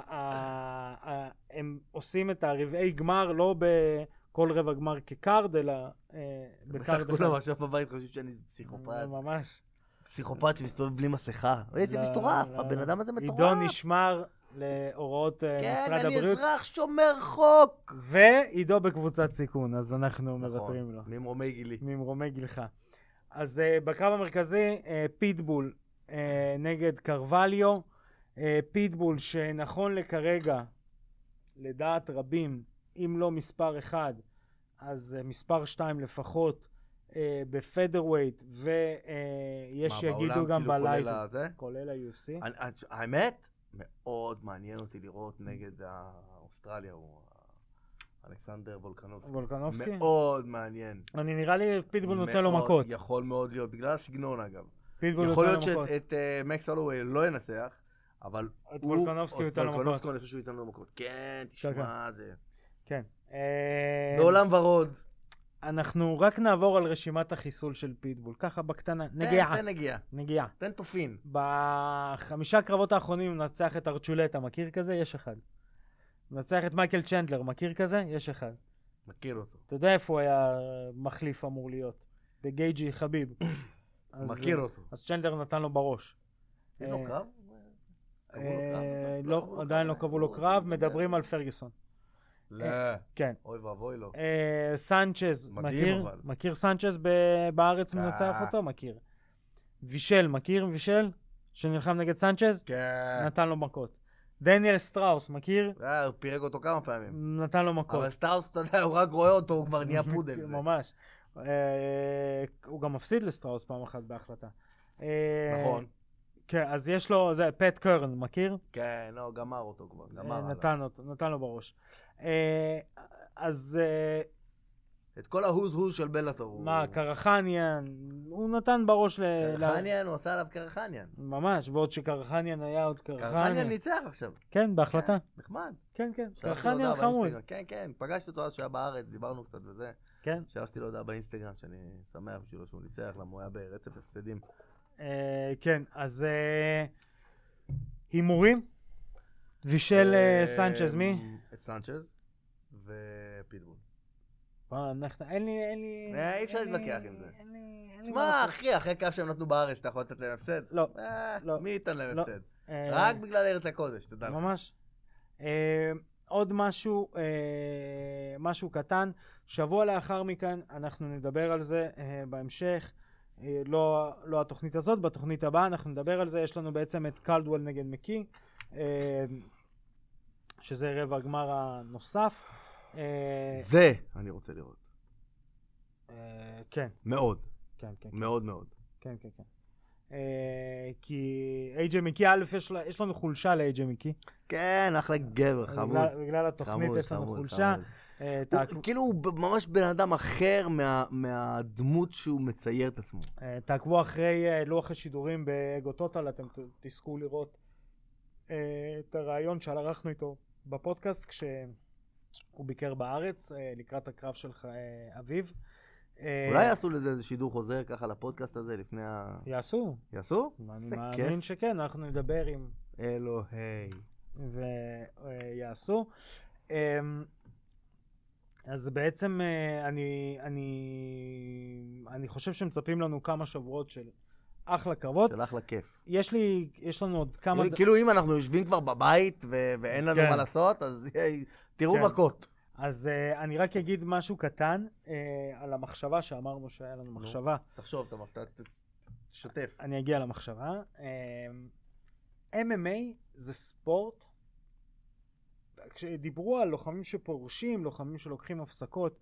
הם עושים את הרבעי גמר לא בכל רבע גמר כקארד, אלא בקארד אחד. כולם עכשיו בבית חושבים שאני פסיכופת. ממש. פסיכופת שמסתובב בלי מסכה. זה מטורף, הבן אדם הזה מטורף. עידו נשמר להוראות משרד הבריאות. כן, אני אזרח שומר חוק. ועידו בקבוצת סיכון, אז אנחנו מוותרים לו. ממרומי גילי. ממרומי גילך. אז uh, בקרב המרכזי, uh, פיטבול uh, נגד קרווליו, uh, פיטבול שנכון לכרגע, לדעת רבים, אם לא מספר אחד, אז uh, מספר שתיים לפחות uh, בפדרווייט, ויש uh, שיגידו גם בלייט, כולל ה-יו אף סי. האמת, מאוד מעניין אותי לראות נגד האוסטרליה, הוא... אלכסנדר וולקנובסקי. וולקנובסקי? מאוד מעניין. אני נראה לי פיטבול נותן לו מכות. יכול מאוד להיות, בגלל הסגנון אגב. פיטבול יכול נותן לו להיות מכות. שאת מקס הולווי לא ינצח, אבל את וולקנובסקי הוא ייתן לו מכות. וולקנובסקי אני חושב שהוא ייתן לו מכות. כן, תשמע, זה... כן. בעולם ורוד. אנחנו רק נעבור על רשימת החיסול של פיטבול. ככה בקטנה. נגיעה. תן נגיעה. נגיעה. תן תופין. בחמישה קרבות האחרונים נצח את ארצ'ולטה. מכיר כזה? יש אחד. נצח את מייקל צ'נדלר, מכיר כזה? יש אחד. מכיר אותו. אתה יודע איפה הוא היה מחליף אמור להיות? בגייג'י חביב. מכיר אותו. אז צ'נדלר נתן לו בראש. יש לו קרב? לא, עדיין לא קבעו לו קרב, מדברים על פרגוסון. לא. כן. אוי ואבוי לו. סנצ'ז, מכיר? מכיר סנצ'ז בארץ מנצח אותו? מכיר. וישל, מכיר וישל? שנלחם נגד סנצ'ז? כן. נתן לו מכות. דניאל סטראוס, מכיר? הוא פירק אותו כמה פעמים. נתן לו מכות. אבל סטראוס, אתה יודע, הוא רק רואה אותו, הוא כבר נהיה פודל. ממש. הוא גם מפסיד לסטראוס פעם אחת בהחלטה. נכון. כן, אז יש לו, זה פט קרן, מכיר? כן, לא, גמר אותו כבר, גמר עליו. נתן אותו, נתן לו בראש. אז... את כל ההוז-הוז של בלאטור. מה, קרחניאן, הוא נתן בראש ל... קרחניאן, הוא עשה עליו קרחניאן. ממש, ועוד שקרחניאן היה עוד קרחניאן. קרחניאן ניצח עכשיו. כן, בהחלטה. נחמד. כן, כן, קרחניאן חמוד. כן, כן, פגשתי אותו אז שהיה בארץ, דיברנו קצת וזה. כן. שלחתי לו הודעה באינסטגרם שאני שמח בשבילו שהוא ניצח, למה הוא היה ברצף הפסדים. כן, אז הימורים? וישל סנצ'ז מי? את סנצ'ז ופיטבול. אין לי, אין לי... אי אפשר להתווכח עם זה. שמע, אחי, אחרי קו שהם נתנו בארץ, אתה יכול לתת להם הפסד? לא. מי ייתן להם הפסד? רק בגלל ארץ הקודש, תדע לך. ממש. עוד משהו, משהו קטן. שבוע לאחר מכאן, אנחנו נדבר על זה בהמשך. לא התוכנית הזאת, בתוכנית הבאה אנחנו נדבר על זה. יש לנו בעצם את קלדוול נגד מקי, שזה רבע הגמר הנוסף. זה אני רוצה לראות. כן. מאוד. כן, כן. מאוד מאוד. כן, כן, כן. כי איי-ג'יי מקי, א', יש לנו חולשה לאיי-ג'יי מקי. כן, אחלה גבר, חמוד. בגלל התוכנית יש לנו חולשה. אה, הוא- תעקבו- כאילו הוא ב- ממש בן אדם אחר מה- מהדמות שהוא מצייר את עצמו. אה, תעקבו אחרי אה, לוח השידורים באגו טוטל, אתם ת- תזכו לראות אה, את הרעיון שערכנו איתו בפודקאסט כשהוא ביקר בארץ אה, לקראת הקרב של ח- אה, אביב. אה, אולי יעשו לזה איזה שידור חוזר ככה לפודקאסט הזה לפני ה... יעשו. יעשו? אני זה מאמין כיף. שכן, אנחנו נדבר עם אלוהי. ויעשו. אז בעצם אה, אני, אני, אני חושב שמצפים לנו כמה שבועות של אחלה קרבות. של אחלה כיף. יש לי, יש לנו עוד כמה... כאילו- כאילו אם אנחנו יושבים כבר בבית ו- ואין לנו כן. מה לעשות, אז תראו כן. מכות. אז uh, אני רק אגיד משהו קטן uh, על המחשבה שאמרנו שהיה לנו מחשבה. תחשוב, אתה ת- ת- תשתף. אני אגיע למחשבה. Um, אם אם איי זה ספורט. כשדיברו על לוחמים שפורשים, לוחמים שלוקחים הפסקות,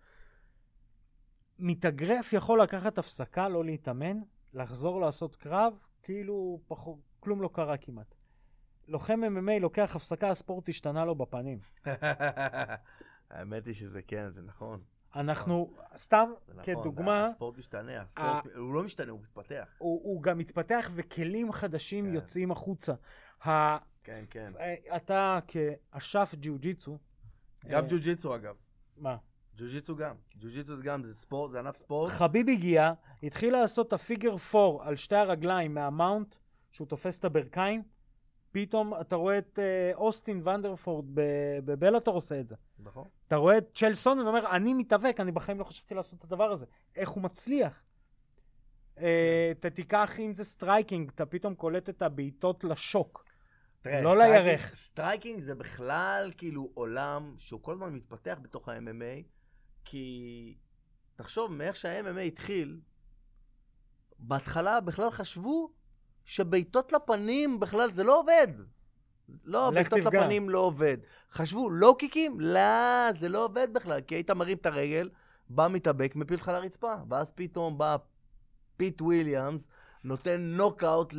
מתאגרף יכול לקחת הפסקה, לא להתאמן, לחזור לעשות קרב, כאילו פחות, כלום לא קרה כמעט. לוחם אם אם איי לוקח הפסקה, הספורט השתנה לו בפנים. האמת היא שזה כן, זה נכון. אנחנו, סתם זה נכון, כדוגמה, הספורט משתנה, הספורט, הוא לא משתנה, הוא מתפתח. הוא, הוא גם מתפתח וכלים חדשים כן. יוצאים החוצה. ה... כן, כן. אתה כאשף ג'יוג'יצו, גם אה, ג'ו-ג'יצו אגב. מה? ג'ו-ג'יצו גם. ג'ו-ג'יצו זה גם, זה ספורט, זה ענף ספורט. חביב הגיע, התחיל לעשות את הפיגר פור על שתי הרגליים מהמאונט, שהוא תופס את הברכיים, פתאום אתה רואה את אה, אוסטין ונדרפורד ב- בבלאטור עושה את זה. נכון. אתה רואה את צ'ל סונן אומר, אני מתאבק, אני בחיים לא חשבתי לעשות את הדבר הזה. איך הוא מצליח? אה, אתה תיקח אם זה סטרייקינג, אתה פתאום קולט את הבעיטות לשוק. תראה, לא סטרייקינג- לירך. סטרייקינג זה בכלל כאילו עולם שהוא כל הזמן מתפתח בתוך ה-אם אם איי, כי תחשוב, מאיך שה-אם אם איי התחיל, בהתחלה בכלל חשבו שבעיטות לפנים בכלל זה לא עובד. לא, לך בעיטות תפגע. לפנים לא עובד. חשבו, לא קיקים? לא, זה לא עובד בכלל, כי היית מרים את הרגל, בא מתאבק, מפיל לך לרצפה, ואז פתאום בא פיט וויליאמס, נותן נוקאוט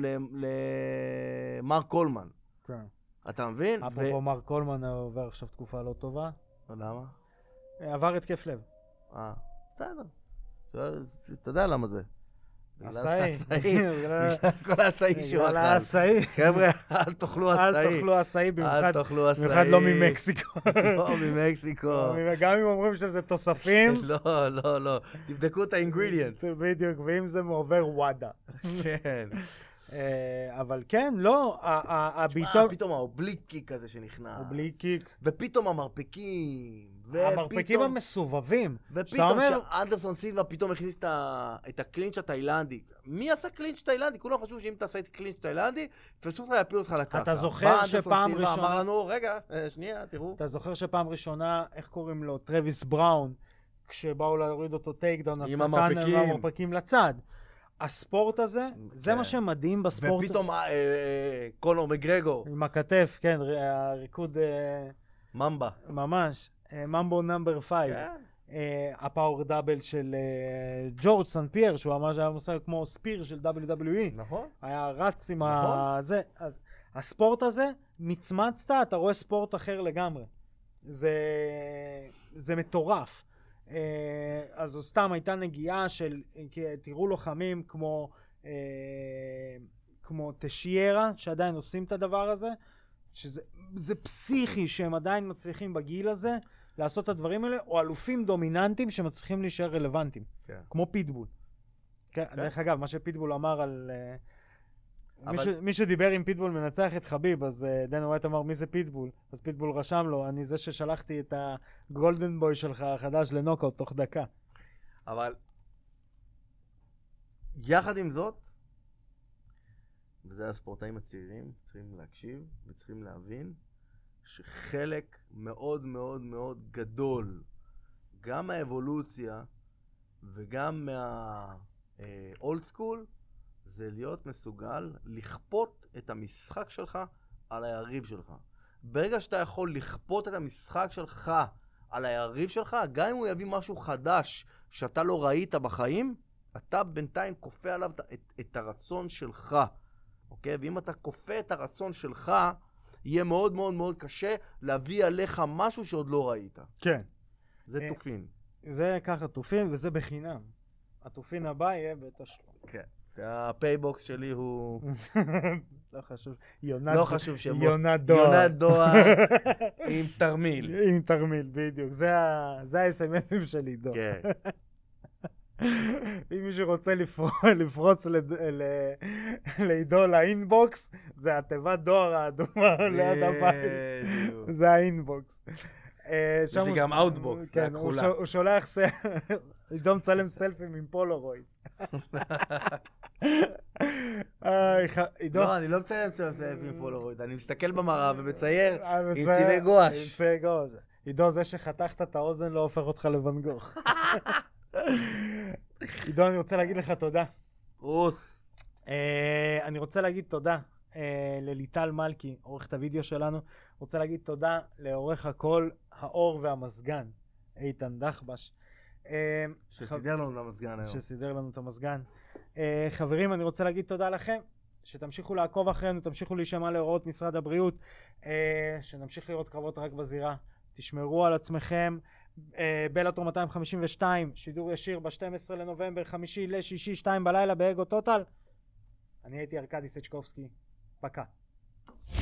למרק קולמן. כן. אתה מבין? אפרופו מרק קולמן עובר עכשיו תקופה לא טובה. למה? עבר התקף לב. אה, בסדר. אתה יודע למה זה. עשאי. בגלל כל העשאי שהוא בגלל אכל. העשאי. חבר'ה, אל תאכלו אל עשאי. תאכלו עשאי, אל במיוחד תאכלו עשאי. במיוחד לא ממקסיקו. לא ממקסיקו. גם אם אומרים שזה תוספים. לא, לא, לא. תבדקו את האינגרידיאנטס. בדיוק, ואם זה עובר וואדה. כן. אה, אבל כן, לא, ה- ה- אה, הבעיטות... פתאום האובליק כזה שנכנס. הוא בלי קיק. ופתאום המרפקים. המרפקים ופתאום- המסובבים. ופתאום אומר- שאנדרסון סילבה פתאום הכניס את ה- את הקלינץ' התאילנדי. מי עשה קלינץ' תאילנדי? כולם חשבו שאם תעשה את קלינץ' תאילנדי, תפסו אותך להפיל אותך לקרקע. אתה זוכר בא אנדרסון שפעם סילבה, ראשונה- אמר לנו, רגע, אה, שנייה, תראו. אתה זוכר שפעם ראשונה, איך קוראים לו? טרוויס בראון, כשבאו להוריד אותו טייקדאון, אז עם נתן המרפקים. המרפקים לצד. הספורט הזה, זה כן. מה שמדהים בספורט. ופתאום אה, אה, קונור מגרגור, עם הכתף, כן, ר- הריקוד אה, ממבה. ממש. אה, ממבו נאמבר פייב. כן. אה, הפאור דאבל של אה, ג'ורג' סן פייר, שהוא ממש היה מושג כמו ספיר של דאבליו דאבליו אי. נכון. היה רץ עם נכון. ה... זה. אז הספורט הזה, מצמצת, אתה רואה ספורט אחר לגמרי. זה, זה מטורף. אה, אז זו סתם הייתה נגיעה של, כי תראו לוחמים כמו, אה, כמו תשיירה, שעדיין עושים את הדבר הזה, שזה זה פסיכי שהם עדיין מצליחים בגיל הזה לעשות את הדברים האלה, או אלופים דומיננטיים שמצליחים להישאר רלוונטיים, כן. כמו פיטבול. כן, כן. דרך אגב, מה שפיטבול אמר על... אה, אבל- מי, ש... מי שדיבר עם פיטבול מנצח את חביב, אז uh, דן ווייט אמר מי זה פיטבול, אז פיטבול רשם לו, אני זה ששלחתי את הגולדן בוי שלך החדש לנוקאוט תוך דקה. אבל יחד עם זאת, וזה הספורטאים הצעירים, צריכים להקשיב וצריכים להבין שחלק מאוד מאוד מאוד גדול, גם מהאבולוציה וגם מהאולד סקול, זה להיות מסוגל לכפות את המשחק שלך על היריב שלך. ברגע שאתה יכול לכפות את המשחק שלך על היריב שלך, גם אם הוא יביא משהו חדש שאתה לא ראית בחיים, אתה בינתיים כופה עליו את, את הרצון שלך. אוקיי? ואם אתה כופה את הרצון שלך, יהיה מאוד מאוד מאוד קשה להביא עליך משהו שעוד לא ראית. כן. זה תופין. זה ככה תופין, וזה בחינם. התופין הבא יהיה בתשלום. כן. והפייבוקס שלי הוא... לא חשוב. לא חשוב שבו. יונת דואר. יונת דואר עם תרמיל. עם תרמיל, בדיוק. זה ה-אס אם אסים של עידו. כן. אם מישהו רוצה לפרוץ לעידו לאינבוקס, זה התיבת דואר האדומה ליד הבית. זה האינבוקס. יש לי גם אאוטבוקס, זה הכחולה. הוא שולח, עידו מצלם סלפים עם פולורוי. לא, אני לא מצלם סלפים עם פולורוי, אני מסתכל במראה ומצייר עם צבעי גואש. עידו, זה שחתכת את האוזן לא הופך אותך לבן גוך. עידו, אני רוצה להגיד לך תודה. רוס. אני רוצה להגיד תודה לליטל מלכי, עורכת הוידאו שלנו. רוצה להגיד תודה לעורך הקול, האור והמזגן, איתן דחבש. שסידר לנו את המזגן היום. שסידר לנו את המזגן. חברים, אני רוצה להגיד תודה לכם, שתמשיכו לעקוב אחרינו, תמשיכו להישמע להוראות משרד הבריאות, שנמשיך לראות קרבות רק בזירה. תשמרו על עצמכם. בלאטור מאתיים חמישים ושתיים, שידור ישיר ב-שנים עשר לנובמבר, חמישי לשישי, שתיים בלילה באגו טוטל. אני הייתי ארקדי סצ'קובסקי. פקה.